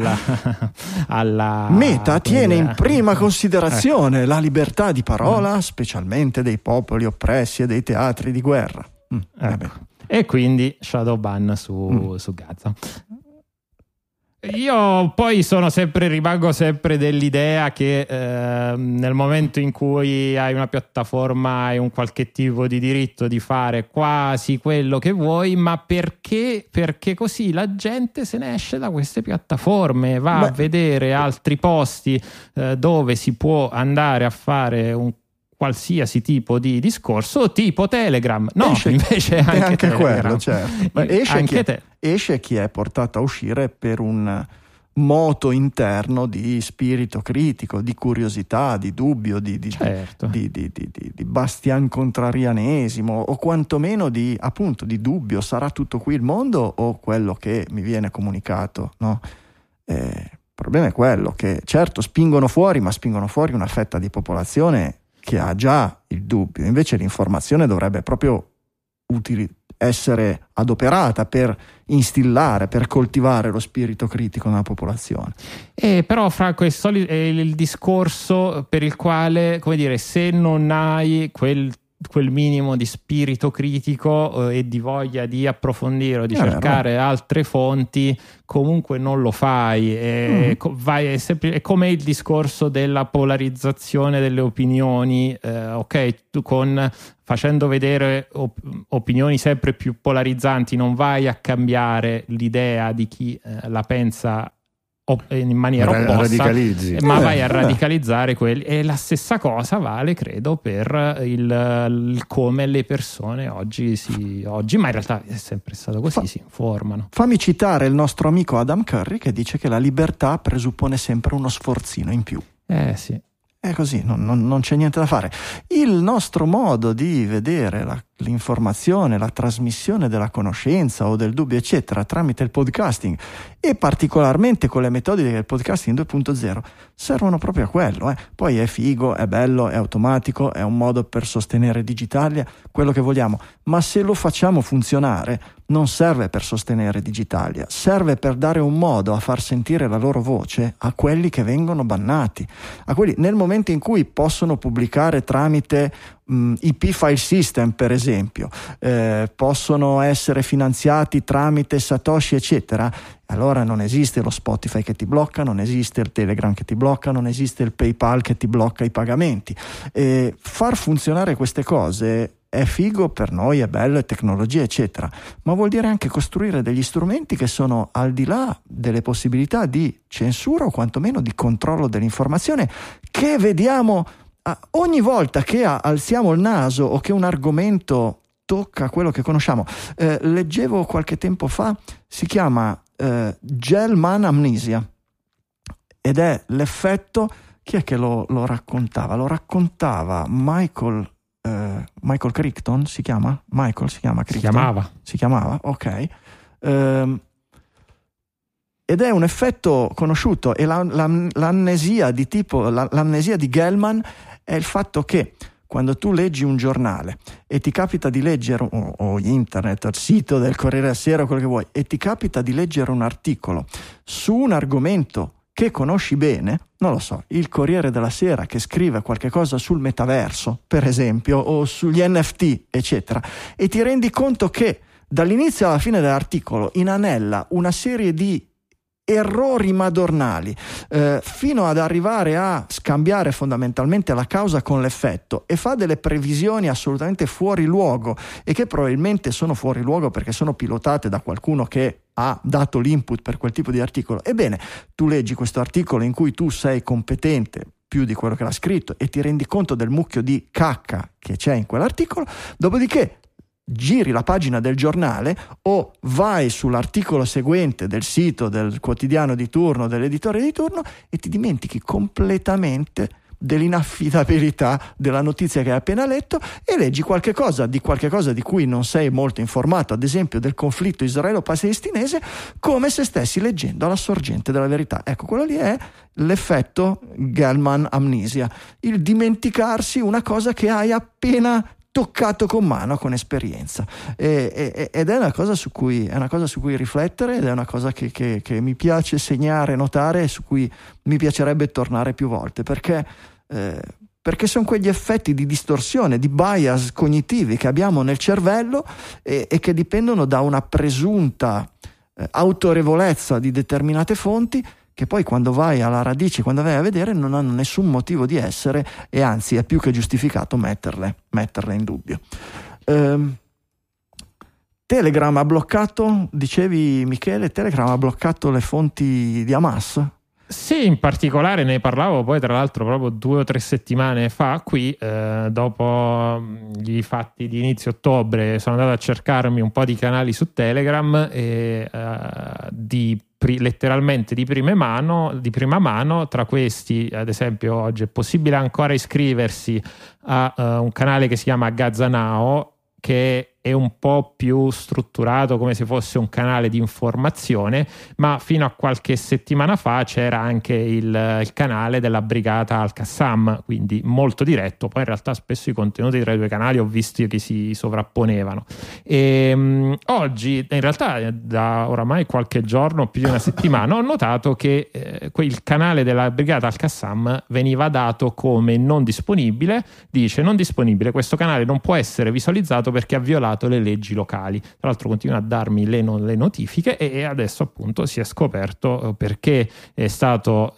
alla Meta tiene in prima considerazione la libertà di parola, specialmente dei popoli oppressi e dei teatri di guerra. E quindi shadow ban su Gaza. Io poi rimango sempre dell'idea che nel momento in cui hai una piattaforma hai un qualche tipo di diritto di fare quasi quello che vuoi, ma perché così la gente se ne esce da queste piattaforme, va a vedere altri posti dove si può andare a fare un qualsiasi tipo di discorso, tipo Telegram. Invece anche quello, certo. Esce chi è portato a uscire per un moto interno di spirito critico, di curiosità, di dubbio, di bastiancontrarianesimo, o quantomeno di dubbio: sarà tutto qui il mondo o quello che mi viene comunicato, no? Il problema è quello che certo spingono fuori una fetta di popolazione che ha già il dubbio. Invece l'informazione dovrebbe proprio essere adoperata per instillare, per coltivare lo spirito critico nella popolazione. Però Franco, è il discorso per il quale, come dire, se non hai quel minimo di spirito critico e di voglia di approfondire o di cercare altre fonti, comunque non lo fai. È come il discorso della polarizzazione delle opinioni, facendo vedere opinioni sempre più polarizzanti non vai a cambiare l'idea di chi la pensa in maniera opposta, ma vai a radicalizzare quelli. E la stessa cosa vale, credo, per il come le persone oggi, ma in realtà è sempre stato così, si informano. Fammi citare il nostro amico Adam Curry, che dice che la libertà presuppone sempre uno sforzino in più. Sì. È così, non c'è niente da fare. Il nostro modo di vedere l'informazione, la trasmissione della conoscenza o del dubbio, eccetera, tramite il podcasting, e particolarmente con le metodiche del podcasting 2.0, servono proprio a quello. Poi è figo, è bello, è automatico, è un modo per sostenere Digitalia, quello che vogliamo, ma se lo facciamo funzionare non serve per sostenere Digitalia, serve per dare un modo a far sentire la loro voce a quelli che vengono bannati, a quelli nel momento in cui possono pubblicare tramite IP file system, per esempio, possono essere finanziati tramite Satoshi, eccetera. Allora non esiste lo Spotify che ti blocca, non esiste il Telegram che ti blocca, non esiste il PayPal che ti blocca i pagamenti. Far funzionare queste cose è figo per noi, è bello, è tecnologia, eccetera, ma vuol dire anche costruire degli strumenti che sono al di là delle possibilità di censura o quantomeno di controllo dell'informazione, che vediamo ogni volta che alziamo il naso o che un argomento tocca quello che conosciamo. Leggevo qualche tempo fa, si chiama Gell-Mann amnesia, ed è l'effetto, chi è che lo raccontava? Lo raccontava Michael Crichton, si chiama Crichton? Si chiamava, ok. Ed è un effetto conosciuto, e l'amnesia di Gell-Mann è il fatto che quando tu leggi un giornale e ti capita di leggere, o internet, il sito del Corriere della Sera, quello che vuoi, e ti capita di leggere un articolo su un argomento che conosci bene, non lo so, il Corriere della Sera che scrive qualche cosa sul metaverso, per esempio, o sugli NFT, eccetera, e ti rendi conto che dall'inizio alla fine dell'articolo inanella una serie di errori madornali, fino ad arrivare a scambiare fondamentalmente la causa con l'effetto, e fa delle previsioni assolutamente fuori luogo, e che probabilmente sono fuori luogo perché sono pilotate da qualcuno che ha dato l'input per quel tipo di articolo. Ebbene, tu leggi questo articolo in cui tu sei competente più di quello che l'ha scritto e ti rendi conto del mucchio di cacca che c'è in quell'articolo, dopodiché giri la pagina del giornale o vai sull'articolo seguente del sito, del quotidiano di turno, dell'editore di turno, e ti dimentichi completamente dell'inaffidabilità della notizia che hai appena letto e leggi qualche cosa di cui non sei molto informato, ad esempio del conflitto israelo-palestinese, come se stessi leggendo alla sorgente della verità. Ecco, quello lì è l'effetto Gell-Mann amnesia, il dimenticarsi una cosa che hai appena toccato con mano, con esperienza, ed è una cosa su cui riflettere, ed è una cosa che mi piace segnare, notare, e su cui mi piacerebbe tornare più volte, perché sono quegli effetti di distorsione, di bias cognitivi che abbiamo nel cervello e che dipendono da una presunta autorevolezza di determinate fonti, che poi quando vai alla radice, quando vai a vedere, non hanno nessun motivo di essere, e anzi è più che giustificato metterle in dubbio. Telegram ha bloccato, dicevi Michele, Telegram ha bloccato le fonti di Hamas? Sì, in particolare ne parlavo poi tra l'altro proprio 2 o 3 settimane fa qui, dopo i fatti di inizio ottobre sono andato a cercarmi un po' di canali su Telegram e letteralmente di prima mano. Tra questi, ad esempio, oggi è possibile ancora iscriversi a un canale che si chiama Gaza Now, che è un po' più strutturato come se fosse un canale di informazione, ma fino a qualche settimana fa c'era anche il canale della brigata Al-Qassam, quindi molto diretto. Poi in realtà spesso i contenuti tra i due canali ho visto che si sovrapponevano, e oggi in realtà da oramai qualche giorno, più di una settimana, ho notato che il canale della brigata Al-Qassam veniva dato come non disponibile. Dice: non disponibile, questo canale non può essere visualizzato perché ha violato le leggi locali. Tra l'altro continua a darmi le notifiche, e adesso appunto si è scoperto perché è stato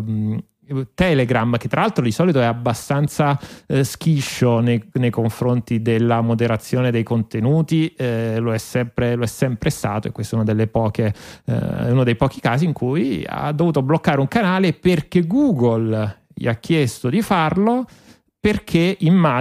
Telegram, che tra l'altro di solito è abbastanza schiscio nei confronti della moderazione dei contenuti, lo è sempre stato, e questo è uno dei pochi casi in cui ha dovuto bloccare un canale perché Google gli ha chiesto di farlo, perché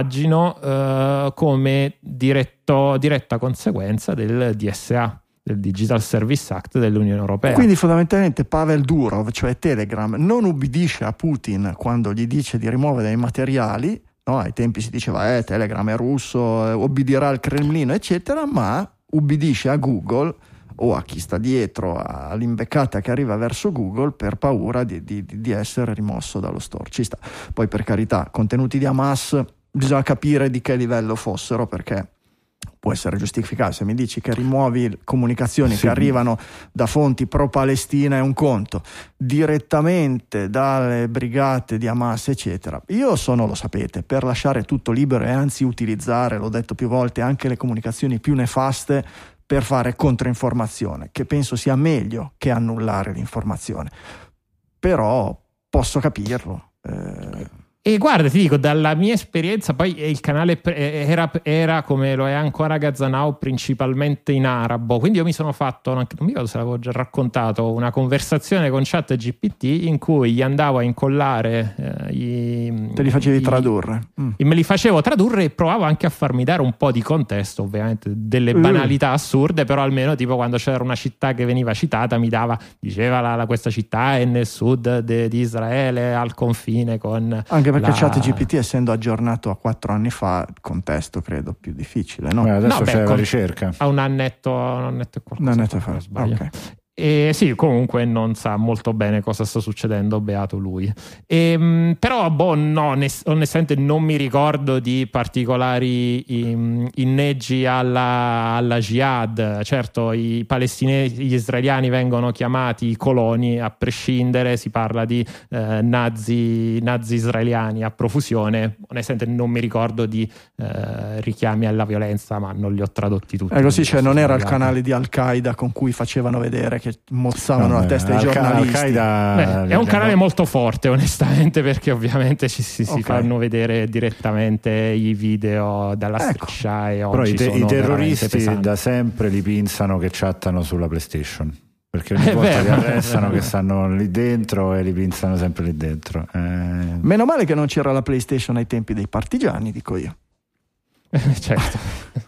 immagino come diretta conseguenza del DSA, del Digital Service Act dell'Unione Europea. Quindi fondamentalmente Pavel Durov, cioè Telegram, non ubbidisce a Putin quando gli dice di rimuovere dei materiali, no? Ai tempi si diceva Telegram è russo, ubbidirà al Cremlino, eccetera, ma ubbidisce a Google o a chi sta dietro, all'imbeccata che arriva verso Google, per paura di essere rimosso dallo store. Ci sta. Poi, per carità, contenuti di Hamas bisogna capire di che livello fossero, perché può essere giustificato. Se mi dici che rimuovi comunicazioni che arrivano da fonti pro-Palestina è un conto, direttamente dalle brigate di Hamas eccetera, io sono, lo sapete, per lasciare tutto libero e anzi utilizzare, l'ho detto più volte, anche le comunicazioni più nefaste per fare controinformazione, che penso sia meglio che annullare l'informazione. Però posso capirlo. E guarda, ti dico, dalla mia esperienza, poi il canale era come lo è ancora Gaza Now, principalmente in arabo, quindi io mi sono fatto, non mi ricordo se l'avevo già raccontato, una conversazione con ChatGPT in cui gli andavo a incollare te li facevi tradurre? Me li facevo tradurre e provavo anche a farmi dare un po' di contesto, ovviamente delle banalità assurde, però almeno tipo quando c'era una città che veniva citata diceva questa città è nel sud di Israele, al confine con... Anche perché ChatGPT, essendo aggiornato a 4 anni fa, il contesto credo più difficile, no? Adesso c'è la ricerca. Ha un annetto e qualcosa. Okay. E sì, comunque non sa molto bene cosa sta succedendo, beato lui. Però no, onestamente non mi ricordo di particolari inneggi alla jihad. Certo, gli israeliani vengono chiamati coloni a prescindere, si parla di nazi israeliani a profusione. Onestamente non mi ricordo di richiami alla violenza, ma non li ho tradotti tutti. Così, cioè non era il canale di Al-Qaeda con cui facevano vedere che mozzavano la testa ai giornalisti. È un canale molto forte, onestamente, perché ovviamente si fanno vedere direttamente i video dalla striscia, e oggi però i terroristi da sempre li pinzano che chattano sulla PlayStation, perché ogni volta li arrestano che stanno lì dentro e li pinzano sempre lì dentro. Meno male che non c'era la PlayStation ai tempi dei partigiani, dico io. Certo.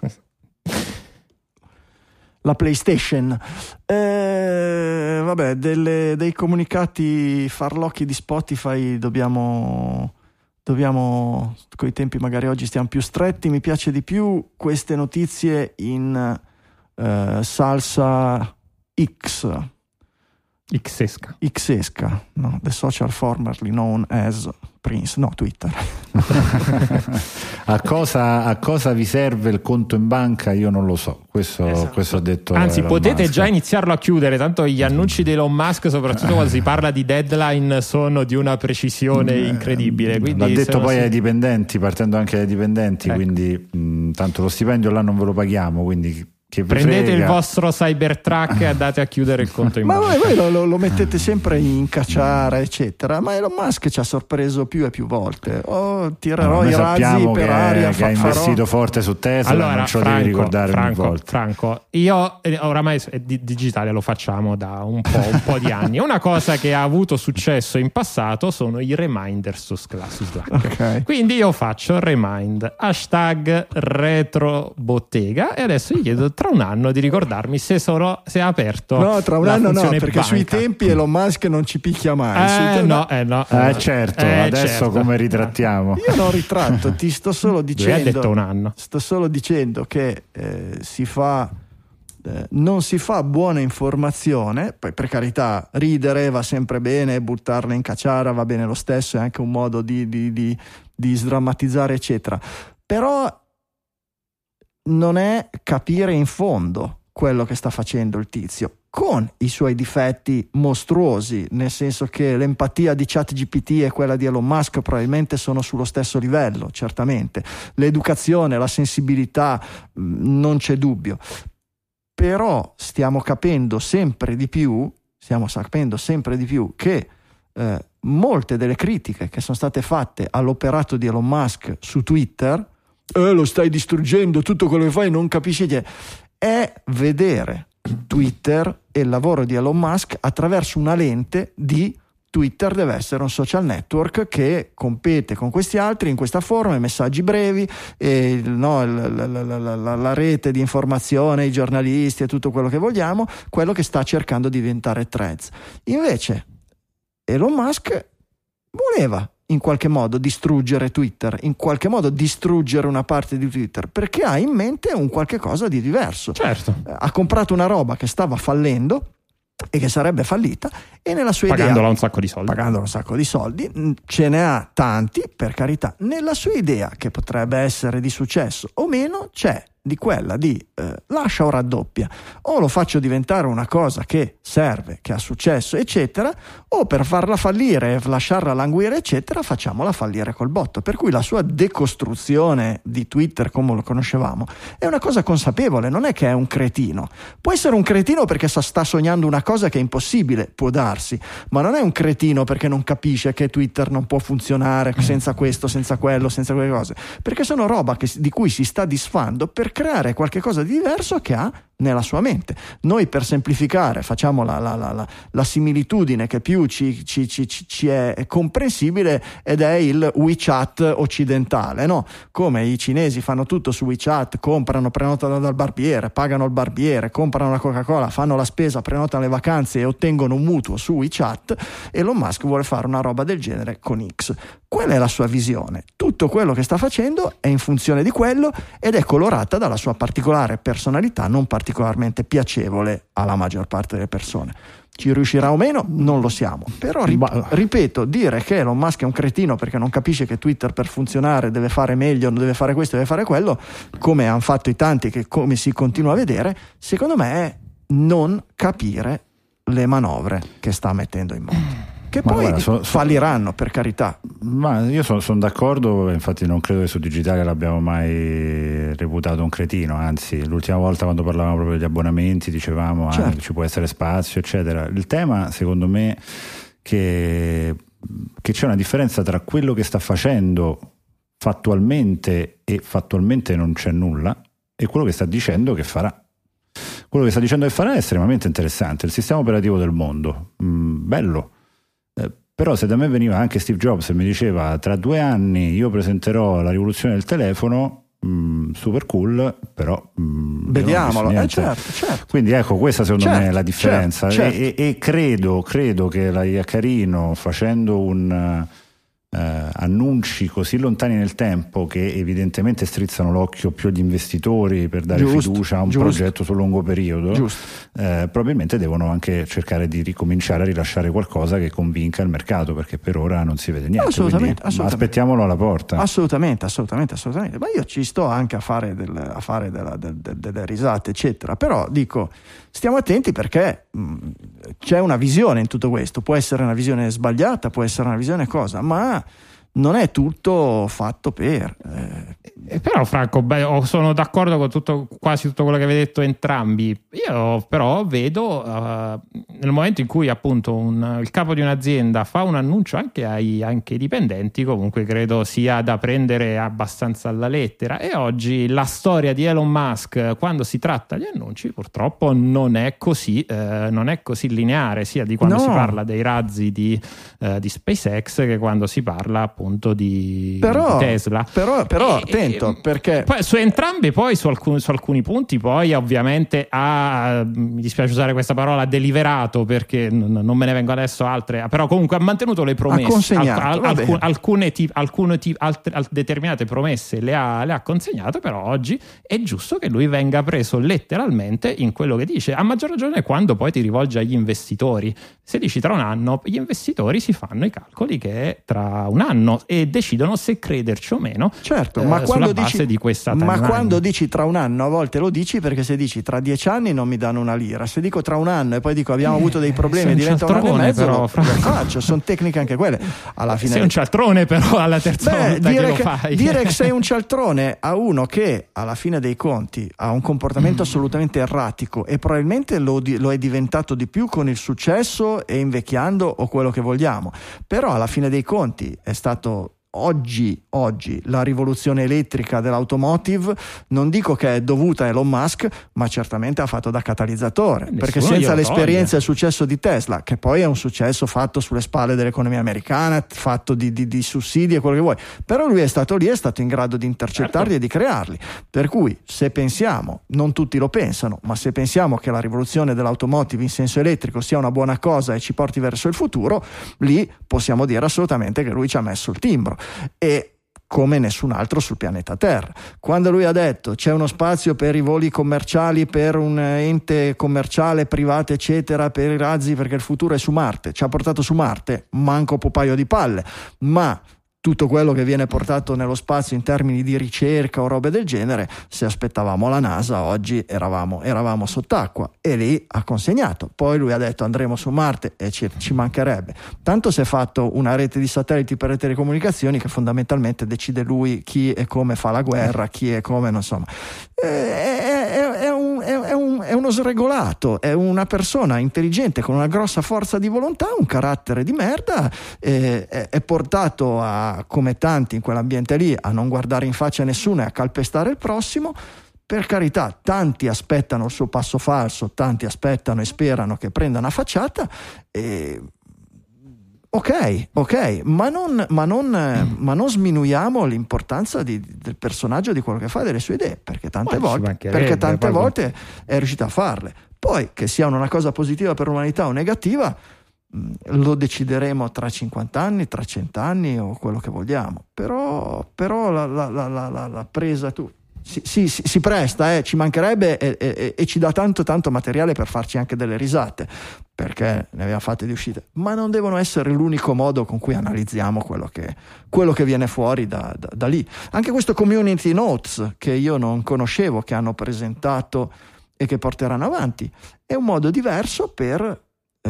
La PlayStation. Vabbè, dei comunicati farlocchi di Spotify dobbiamo coi tempi magari oggi stiamo più stretti. Mi piace di più queste notizie in salsa Xesca, no? The social formerly known as Prince, no, Twitter. A cosa vi serve il conto in banca? Io non lo so, questo ho detto. Anzi, Elon potete Musk. già iniziarlo a chiudere, tanto gli annunci di Elon Musk, soprattutto quando si parla di deadline, sono di una precisione incredibile. Quindi, l'ha detto poi ai dipendenti, partendo anche dai dipendenti, quindi tanto lo stipendio là non ve lo paghiamo, quindi che prendete il vostro Cybertruck e andate a chiudere il conto in banca. Ma voi lo mettete sempre in cacciara, eccetera. Ma Elon Musk ci ha sorpreso più e più volte. Tirerò i razzi per aria. Che ha investito forte su Tesla. Allora, non ce lo devi ricordare ogni volta. Franco, io oramai digitale lo facciamo da un po' di anni. Una cosa che ha avuto successo in passato sono i reminder su Slack. Okay. Quindi io faccio remind #retrobottega e adesso gli chiedo tra un anno di ricordarmi se è aperto. No, tra un anno no, perché banca. sui tempi Elon Musk non ci picchia mai. Certo, adesso come ritrattiamo? Io non ritratto, ti sto solo dicendo. Lui ha detto un anno. Sto solo dicendo che non si fa buona informazione. Poi, per carità, ridere va sempre bene, buttarla in cacciara va bene lo stesso, è anche un modo di sdrammatizzare, eccetera. Però non è capire in fondo quello che sta facendo il tizio, con i suoi difetti mostruosi, nel senso che l'empatia di ChatGPT e quella di Elon Musk probabilmente sono sullo stesso livello, certamente. L'educazione, la sensibilità, non c'è dubbio. Però stiamo capendo sempre di più che molte delle critiche che sono state fatte all'operato di Elon Musk su Twitter, lo stai distruggendo, tutto quello che fai non capisci che è vedere Twitter e il lavoro di Elon Musk attraverso una lente di Twitter deve essere un social network che compete con questi altri in questa forma, i messaggi brevi, la rete di informazione, i giornalisti e tutto quello che vogliamo, quello che sta cercando di diventare Threads. Invece Elon Musk voleva in qualche modo distruggere Twitter, in qualche modo distruggere una parte di Twitter, perché ha in mente un qualche cosa di diverso. Certo. Ha comprato una roba che stava fallendo e che sarebbe fallita, e nella sua pagandola un sacco di soldi, ce ne ha tanti, per carità. Nella sua idea, che potrebbe essere di successo o meno, c'è di quella di lascia o raddoppia, o lo faccio diventare una cosa che serve, che ha successo, eccetera, o per farla fallire e lasciarla languire, eccetera, facciamola fallire col botto. Per cui la sua decostruzione di Twitter come lo conoscevamo è una cosa consapevole, non è che è un cretino. Può essere un cretino perché sta sognando una cosa che è impossibile, può darsi, ma non è un cretino perché non capisce che Twitter non può funzionare senza questo, senza quello, senza quelle cose, perché sono roba di cui si sta disfando per creare qualche cosa di diverso che ha nella sua mente. Noi, per semplificare, facciamo la similitudine che più ci è comprensibile, ed è il WeChat occidentale, no? Come i cinesi fanno tutto su WeChat, comprano, prenotano dal barbiere, pagano il barbiere, comprano la Coca-Cola, fanno la spesa, prenotano le vacanze e ottengono un mutuo su WeChat. Elon Musk vuole fare una roba del genere con X. quella è la sua visione, tutto quello che sta facendo è in funzione di quello ed è colorata dalla sua particolare personalità non particolarmente piacevole alla maggior parte delle persone. Ci riuscirà o meno non lo siamo, però ripeto, dire che Elon Musk è un cretino perché non capisce che Twitter per funzionare deve fare meglio, non deve fare questo, deve fare quello, come hanno fatto i tanti, che come si continua a vedere, secondo me è non capire le manovre che sta mettendo in moto, che poi falliranno, per carità. Ma io sono d'accordo, infatti non credo che su Digitalia l'abbiamo mai reputato un cretino, anzi l'ultima volta quando parlavamo proprio degli abbonamenti dicevamo certo, ci può essere spazio eccetera. Il tema secondo me che c'è una differenza tra quello che sta facendo fattualmente e fattualmente non c'è nulla, e quello che sta dicendo che farà. Quello che sta dicendo che farà è estremamente interessante. Il sistema operativo del mondo, bello. Però se da me veniva anche Steve Jobs e mi diceva tra 2 anni io presenterò la rivoluzione del telefono, super cool, però vediamolo, certo. Quindi ecco, questa secondo me è la differenza. Certo. E credo che la Iaccarino, facendo annunci così lontani nel tempo che evidentemente strizzano l'occhio più agli investitori per dare fiducia a un progetto sul lungo periodo, probabilmente devono anche cercare di ricominciare a rilasciare qualcosa che convinca il mercato, perché per ora non si vede niente. Assolutamente. Aspettiamolo alla porta. Assolutamente. Ma io ci sto anche a fare delle risate eccetera, però dico stiamo attenti perché c'è una visione in tutto questo, può essere una visione sbagliata, può essere una visione cosa, ma non è tutto fatto per però Franco, sono d'accordo con quasi tutto quello che avete detto entrambi. Io però vedo nel momento in cui appunto il capo di un'azienda fa un annuncio anche ai dipendenti, comunque credo sia da prendere abbastanza alla lettera, e oggi la storia di Elon Musk quando si tratta di annunci purtroppo non è così lineare, sia di quando si parla dei razzi di SpaceX che quando si parla appunto di Tesla. Però attento, perché poi su entrambi, poi su alcuni punti poi ovviamente mi dispiace usare questa parola, deliberato, perché non me ne vengo adesso altre, però comunque ha mantenuto le promesse, alcune determinate promesse le ha consegnate, però oggi è giusto che lui venga preso letteralmente in quello che dice, a maggior ragione quando poi ti rivolgi agli investitori. Se dici tra un anno, gli investitori si fanno i calcoli che è tra un anno e decidono se crederci o meno, certo, ma sulla base di questa timeline. Ma quando dici tra un anno, a volte lo dici perché se dici tra 10 anni non mi danno una lira, se dico tra un anno e poi dico abbiamo avuto dei problemi diventa un anno e mezzo, però, lo faccio, sono tecniche anche quelle. Alla fine sei un cialtrone, però alla terza volta che lo fai. Dire che sei un cialtrone a uno che alla fine dei conti ha un comportamento assolutamente erratico e probabilmente lo è diventato di più con il successo e invecchiando o quello che vogliamo, però alla fine dei conti è stato oggi la rivoluzione elettrica dell'automotive, non dico che è dovuta a Elon Musk, ma certamente ha fatto da catalizzatore, perché senza l'esperienza e il successo di Tesla, che poi è un successo fatto sulle spalle dell'economia americana, fatto di sussidi e quello che vuoi, però lui è stato in grado di intercettarli e di crearli, per cui se pensiamo, non tutti lo pensano, ma se pensiamo che la rivoluzione dell'automotive in senso elettrico sia una buona cosa e ci porti verso il futuro, lì possiamo dire assolutamente che lui ci ha messo il timbro, e come nessun altro sul pianeta Terra. Quando lui ha detto c'è uno spazio per i voli commerciali, per un ente commerciale privato eccetera, per i razzi, perché il futuro è su Marte, ci ha portato su Marte, manco un paio di palle, ma tutto quello che viene portato nello spazio in termini di ricerca o robe del genere, se aspettavamo la NASA oggi eravamo sott'acqua, e lì ha consegnato. Poi lui ha detto andremo su Marte e ci mancherebbe, tanto si è fatto una rete di satelliti per le telecomunicazioni che fondamentalmente decide lui chi e come fa la guerra, chi e come, non insomma, è uno sregolato, è una persona intelligente con una grossa forza di volontà, un carattere di merda, è portato a, come tanti in quell'ambiente lì, a non guardare in faccia a nessuno e a calpestare il prossimo. Per carità, tanti aspettano il suo passo falso, tanti aspettano e sperano che prenda una facciata, ok, ma non sminuiamo l'importanza del personaggio, di quello che fa, delle sue idee, perché tante volte è riuscito a farle. Poi che sia una cosa positiva per l'umanità o negativa, lo decideremo tra 50 anni, tra 100 anni o quello che vogliamo, però la presa si presta, ci mancherebbe e ci dà tanto materiale per farci anche delle risate, perché ne abbiamo fatte di uscite, ma non devono essere l'unico modo con cui analizziamo quello che viene fuori da lì. Anche questo community notes che io non conoscevo, che hanno presentato e che porteranno avanti, è un modo diverso per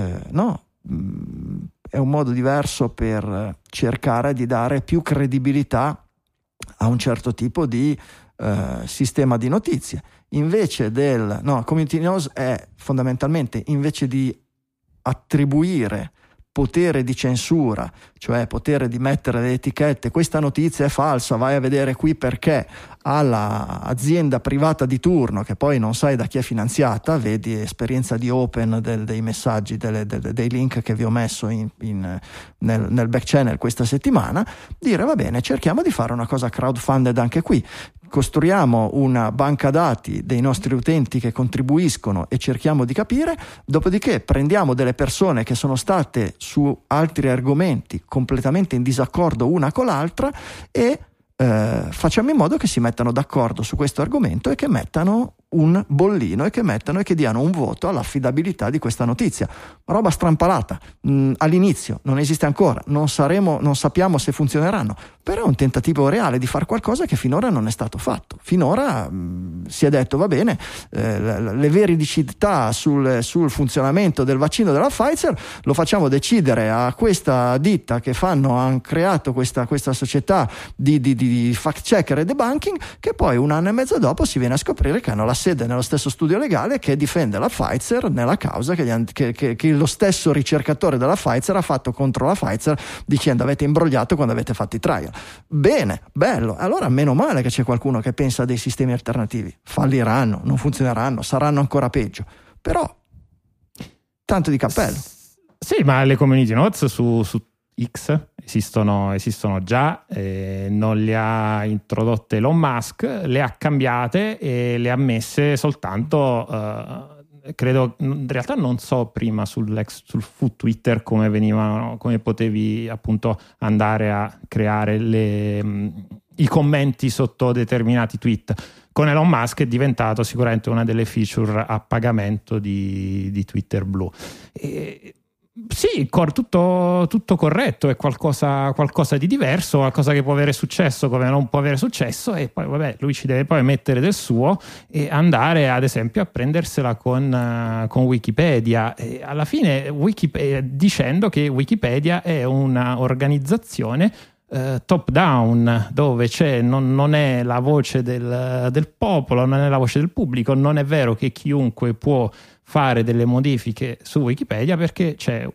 cercare di dare più credibilità a un certo tipo di sistema di notizie. Invece community news è fondamentalmente, invece di attribuire potere di censura, cioè potere di mettere le etichette, questa notizia è falsa, vai a vedere qui perché, alla azienda privata di turno, che poi non sai da chi è finanziata, vedi esperienza di Open dei messaggi, dei link che vi ho messo nel back channel questa settimana, dire va bene, cerchiamo di fare una cosa crowdfunded anche qui, costruiamo una banca dati dei nostri utenti che contribuiscono e cerchiamo di capire, dopodiché prendiamo delle persone che sono state su altri argomenti completamente in disaccordo una con l'altra e facciamo in modo che si mettano d'accordo su questo argomento e che mettano un bollino e che diano un voto all'affidabilità di questa notizia. Roba strampalata, all'inizio non esiste ancora, non sappiamo se funzioneranno, però è un tentativo reale di fare qualcosa che finora non è stato fatto. Finora si è detto va bene, le veridicità sul funzionamento del vaccino della Pfizer lo facciamo decidere a questa ditta che hanno creato questa società di fact checker e debunking, che poi un anno e mezzo dopo si viene a scoprire che hanno la sede nello stesso studio legale che difende la Pfizer nella causa che lo stesso ricercatore della Pfizer ha fatto contro la Pfizer, dicendo avete imbrogliato quando avete fatto i trial. Bene, bello, allora meno male che c'è qualcuno che pensa a dei sistemi alternativi. Falliranno, non funzioneranno, saranno ancora peggio, però tanto di cappello. Sì, ma le community notes su X esistono già, non le ha introdotte Elon Musk, le ha cambiate e le ha messe soltanto, credo, in realtà non so prima sul Twitter come potevi appunto andare a creare i commenti sotto determinati tweet. Con Elon Musk è diventato sicuramente una delle feature a pagamento di Twitter Blue. Sì, tutto corretto, è qualcosa di diverso, qualcosa che può avere successo come non può avere successo, e poi vabbè, lui ci deve poi mettere del suo e andare ad esempio a prendersela con Wikipedia, e alla fine dicendo che Wikipedia è una organizzazione top down, dove non è la voce del popolo, non è la voce del pubblico, non è vero che chiunque può fare delle modifiche su Wikipedia, perché c'è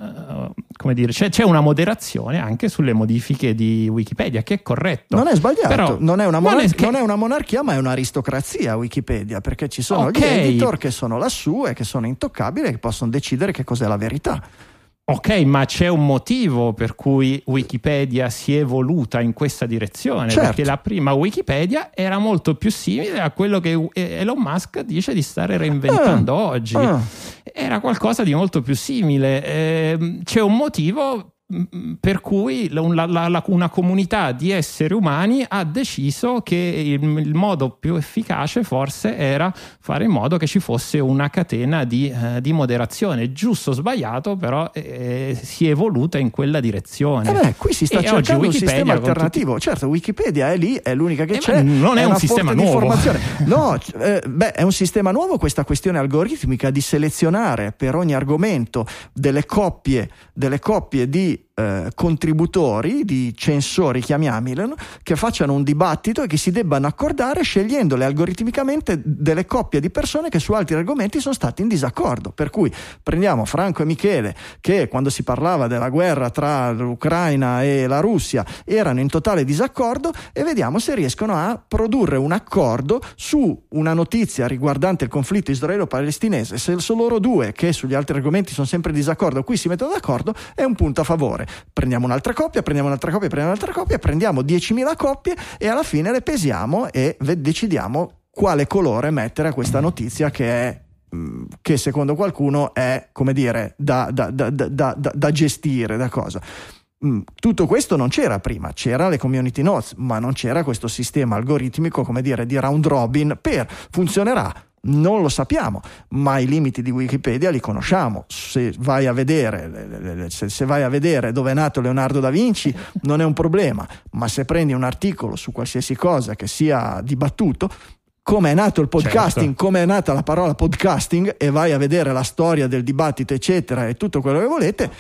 una moderazione anche sulle modifiche di Wikipedia, che è corretto. Non è sbagliato, però non è una monarchia, ma è un'aristocrazia Wikipedia, perché ci sono gli editor che sono lassù e che sono intoccabili e che possono decidere che cos'è la verità. Ok, ma c'è un motivo per cui Wikipedia si è evoluta in questa direzione, certo. Perché la prima Wikipedia era molto più simile a quello che Elon Musk dice di stare reinventando oggi. Era qualcosa di molto più simile. C'è un motivo per cui una comunità di esseri umani ha deciso che il modo più efficace forse era fare in modo che ci fosse una catena di moderazione, giusto o sbagliato, però si è evoluta in quella direzione. Qui si sta cercando un sistema alternativo. Certo, Wikipedia è lì, è l'unica che c'è. Non è un sistema nuovo. No, è un sistema nuovo, questa questione algoritmica di selezionare per ogni argomento delle coppie di contributori, di censori, chiamiamoli, che facciano un dibattito e che si debbano accordare scegliendole algoritmicamente delle coppie di persone che su altri argomenti sono stati in disaccordo. Per cui prendiamo Franco e Michele, che quando si parlava della guerra tra l'Ucraina e la Russia erano in totale disaccordo, e vediamo se riescono a produrre un accordo su una notizia riguardante il conflitto israelo-palestinese. Se sono loro due che sugli altri argomenti sono sempre in disaccordo, qui si mettono d'accordo, è un punto a favore. Prendiamo un'altra coppia, prendiamo 10.000 coppie e alla fine le pesiamo e decidiamo quale colore mettere a questa notizia che che secondo qualcuno è, come dire, da gestire, da cosa. Tutto questo non c'era prima, c'era le community notes, ma non c'era questo sistema algoritmico, come dire, di round robin. Funzionerà? Non lo sappiamo, ma i limiti di Wikipedia li conosciamo. Se vai a vedere dove è nato Leonardo da Vinci non è un problema, ma se prendi un articolo su qualsiasi cosa che sia dibattuto, come è nato il podcasting, certo, come è nata la parola podcasting, e vai a vedere la storia del dibattito eccetera e tutto quello che volete,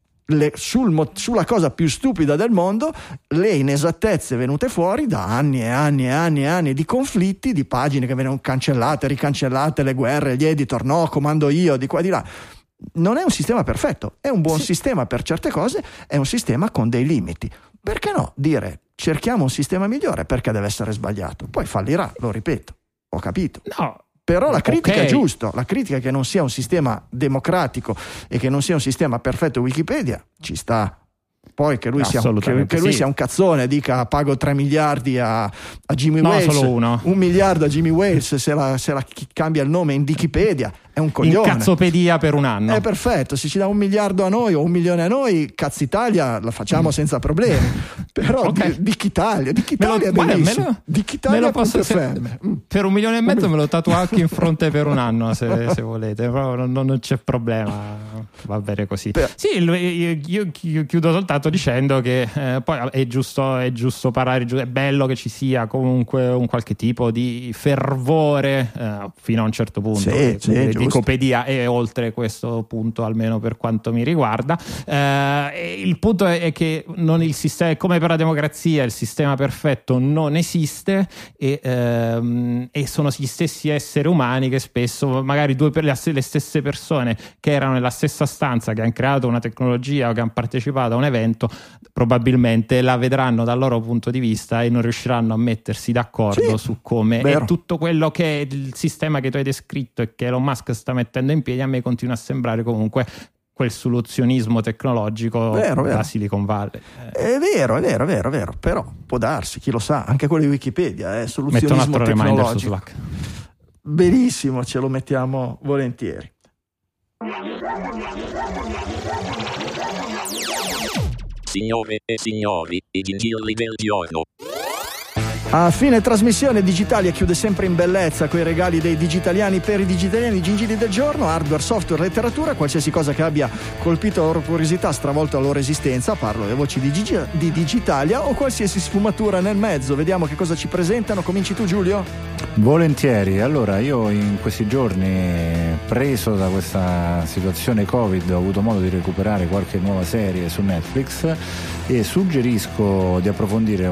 sulla cosa più stupida del mondo, le inesattezze venute fuori da anni e anni e anni e anni di conflitti, di pagine che venivano cancellate, ricancellate, le guerre, gli editor, no, comando io, di qua di là. Non è un sistema perfetto, è un buon sistema per certe cose, è un sistema con dei limiti. Perché no dire cerchiamo un sistema migliore? Perché deve essere sbagliato? Poi fallirà, lo ripeto, ho capito. No. Però la critica è giusta, la critica che non sia un sistema democratico e che non sia un sistema perfetto Wikipedia ci sta. Poi che lui sia un cazzone, dica pago 3 miliardi a Jimmy Wales, solo uno. 1 miliardo a Jimmy Wales se la cambia il nome in Wikipedia, è un coglione. In cazzopedia per un anno. È perfetto, se ci dà 1 miliardo a noi o 1 milione a noi, cazzo Italia, la facciamo senza problemi. Però di Chitalia è bellissimo. Di Chitalia per 1,5 milioni me lo tatuo anche in fronte per un anno se volete, però non c'è problema, va bene così. Sì, io chiudo soltanto dicendo che poi è giusto parlare, è bello che ci sia comunque un qualche tipo di fervore fino a un certo punto, Wikipedia e oltre questo punto, almeno per quanto mi riguarda. Il punto è che non il sistema, come per la democrazia, il sistema perfetto non esiste, e sono gli stessi esseri umani che spesso, magari le stesse persone che erano nella stessa stanza, che hanno creato una tecnologia o che hanno partecipato a un evento, probabilmente la vedranno dal loro punto di vista e non riusciranno a mettersi d'accordo su come è tutto quello che è il sistema che tu hai descritto e che Elon Musk sta mettendo in piedi. A me continua a sembrare comunque quel soluzionismo tecnologico da Silicon Valley. È vero, però può darsi, chi lo sa, anche quello di Wikipedia è soluzionismo tecnologico. Benissimo, ce lo mettiamo volentieri. Signore e signori, i gingilli del giorno. A fine trasmissione Digitalia chiude sempre in bellezza coi regali dei digitaliani per i digitaliani, i gingilli del giorno, hardware, software, letteratura, qualsiasi cosa che abbia colpito la loro curiosità, stravolto la loro esistenza, parlo delle voci di Digitalia, o qualsiasi sfumatura nel mezzo. Vediamo che cosa ci presentano. Cominci tu, Giulio? Volentieri. Allora, io in questi giorni, preso da questa situazione Covid, ho avuto modo di recuperare qualche nuova serie su Netflix e suggerisco di approfondire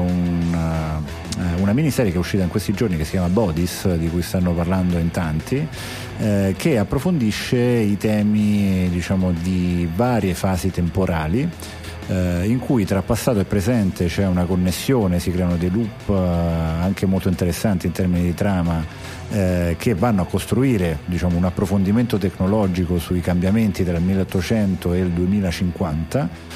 una miniserie che è uscita in questi giorni che si chiama Bodies, di cui stanno parlando in tanti, che approfondisce i temi, diciamo, di varie fasi temporali, in cui tra passato e presente c'è una connessione, si creano dei loop anche molto interessanti in termini di trama, che vanno a costruire, diciamo, un approfondimento tecnologico sui cambiamenti tra il 1800 e il 2050,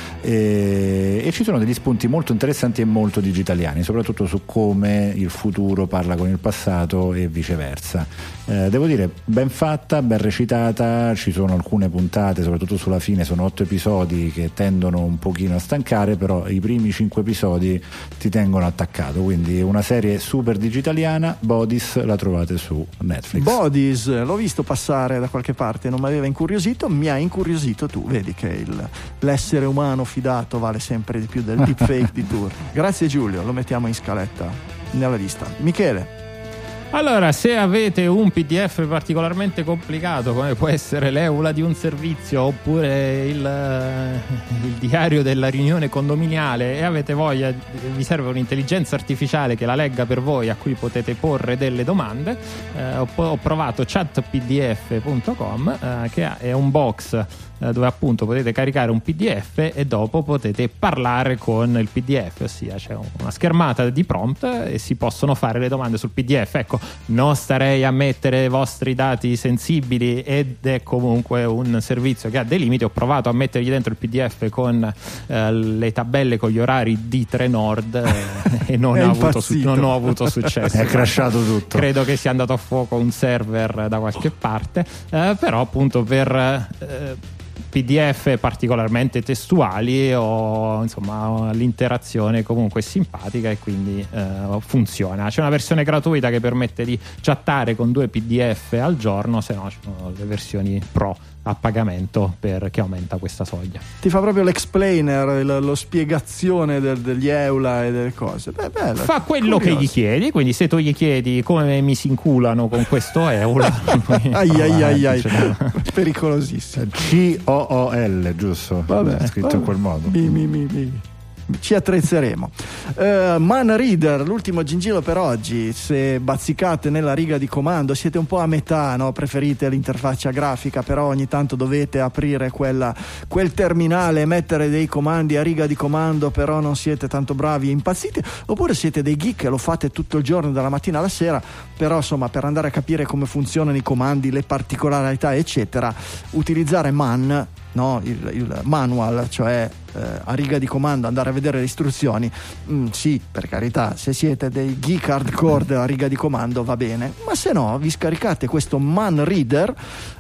e ci sono degli spunti molto interessanti e molto digitaliani, soprattutto su come il futuro parla con il passato e viceversa. Devo dire, ben fatta, ben recitata, ci sono alcune puntate, soprattutto sulla fine, sono 8 episodi che tendono un pochino a stancare, però i primi 5 episodi ti tengono attaccato, quindi una serie super digitaliana. Bodies la trovate su Netflix. Bodies, l'ho visto passare da qualche parte, non mi aveva incuriosito, mi ha incuriosito tu, vedi che l'essere umano fidato vale sempre di più del deepfake di turno. Grazie Giulio, lo mettiamo in scaletta nella lista. Michele. Allora, se avete un PDF particolarmente complicato, come può essere l'EULA di un servizio oppure il diario della riunione condominiale, e avete voglia, vi serve un'intelligenza artificiale che la legga per voi, a cui potete porre delle domande, ho provato chatpdf.com, che è un box dove appunto potete caricare un PDF e dopo potete parlare con il PDF, ossia c'è una schermata di prompt e si possono fare le domande sul PDF. Ecco, ecco, non starei a mettere i vostri dati sensibili ed è comunque un servizio che ha dei limiti. Ho provato a mettergli dentro il PDF con le tabelle con gli orari di Trenord e non ho avuto successo. È crashato tutto. Credo che sia andato a fuoco un server da qualche parte, però appunto per PDF particolarmente testuali o insomma l'interazione comunque simpatica e quindi funziona. C'è una versione gratuita che permette di chattare con 2 PDF al giorno, se no ci sono le versioni pro a pagamento che aumenta questa soglia. Ti fa proprio l'explainer, lo spiegazione degli EULA e delle cose. Bello, fa quello curioso che gli chiedi, quindi se tu gli chiedi come mi si inculano con questo EULA ai pericolosissimo. COOL, giusto? Vabbè, scritto in quel modo. Ci attrezzeremo. Man Reader, l'ultimo gingillo per oggi. Se bazzicate nella riga di comando, siete un po' a metà, no? Preferite l'interfaccia grafica, però ogni tanto dovete aprire quel terminale e mettere dei comandi a riga di comando, però non siete tanto bravi e impazziti, oppure siete dei geek e lo fate tutto il giorno dalla mattina alla sera, però insomma per andare a capire come funzionano i comandi, le particolarità eccetera, utilizzare Man, no? il manual, cioè a riga di comando andare a vedere le istruzioni, sì, per carità, se siete dei geek hardcore della riga di comando va bene, ma se no vi scaricate questo Man Reader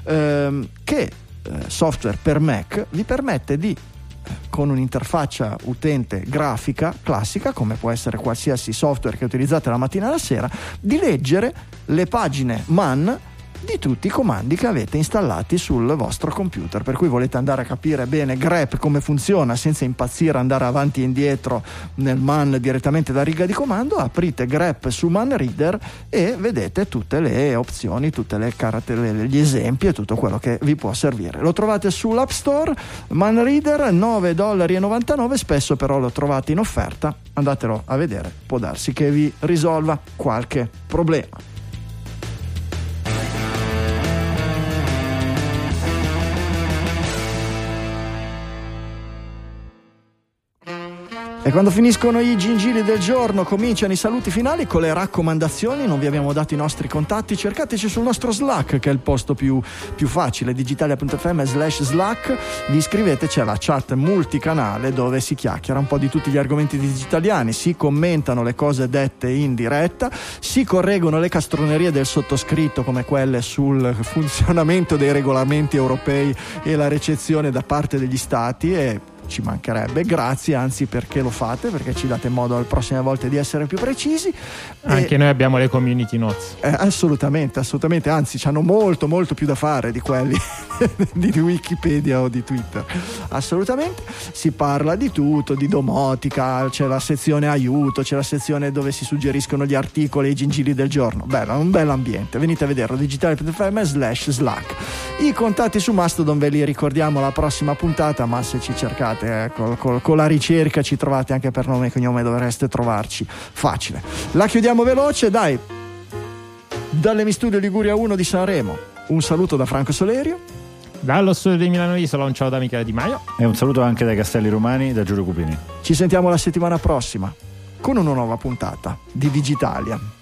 che software per Mac vi permette di, con un'interfaccia utente grafica classica, come può essere qualsiasi software che utilizzate la mattina e la sera, di leggere le pagine Man di tutti i comandi che avete installati sul vostro computer. Per cui volete andare a capire bene grep come funziona senza impazzire, andare avanti e indietro nel Man direttamente da riga di comando, aprite grep su Man Reader e vedete tutte le opzioni, tutte le gli esempi e tutto quello che vi può servire. Lo trovate sull'App Store, Man Reader, $9,99, spesso però lo trovate in offerta, andatelo a vedere, può darsi che vi risolva qualche problema. E quando finiscono i gingilli del giorno cominciano i saluti finali con le raccomandazioni. Non vi abbiamo dato i nostri contatti, cercateci sul nostro Slack, che è il posto più facile, digitalia.fm/Slack. vi iscrivete, c'è la chat multicanale dove si chiacchiera un po' di tutti gli argomenti digitaliani, si commentano le cose dette in diretta, si correggono le castronerie del sottoscritto come quelle sul funzionamento dei regolamenti europei e la recezione da parte degli stati, e ci mancherebbe, grazie anzi perché lo fate, perché ci date modo alle prossime volte di essere più precisi. Anche noi abbiamo le community notes, assolutamente, anzi c'hanno molto più da fare di quelli di Wikipedia o di Twitter, assolutamente. Si parla di tutto, di domotica, c'è la sezione aiuto, c'è la sezione dove si suggeriscono gli articoli e i gingilli del giorno. Bello, un bel ambiente, venite a vederlo, digitale.fm/Slack. I contatti su Mastodon ve li ricordiamo la prossima puntata, ma se ci cercate con la ricerca ci trovate anche per nome e cognome, dovreste trovarci facile. La chiudiamo veloce, dai. Dall'Emi Studio Liguria 1 di Sanremo un saluto da Franco Solerio, dallo studio di Milano Isola un ciao da Michele Di Maio e un saluto anche dai Castelli Romani da Giulio Cupini. Ci sentiamo la settimana prossima con una nuova puntata di Digitalia.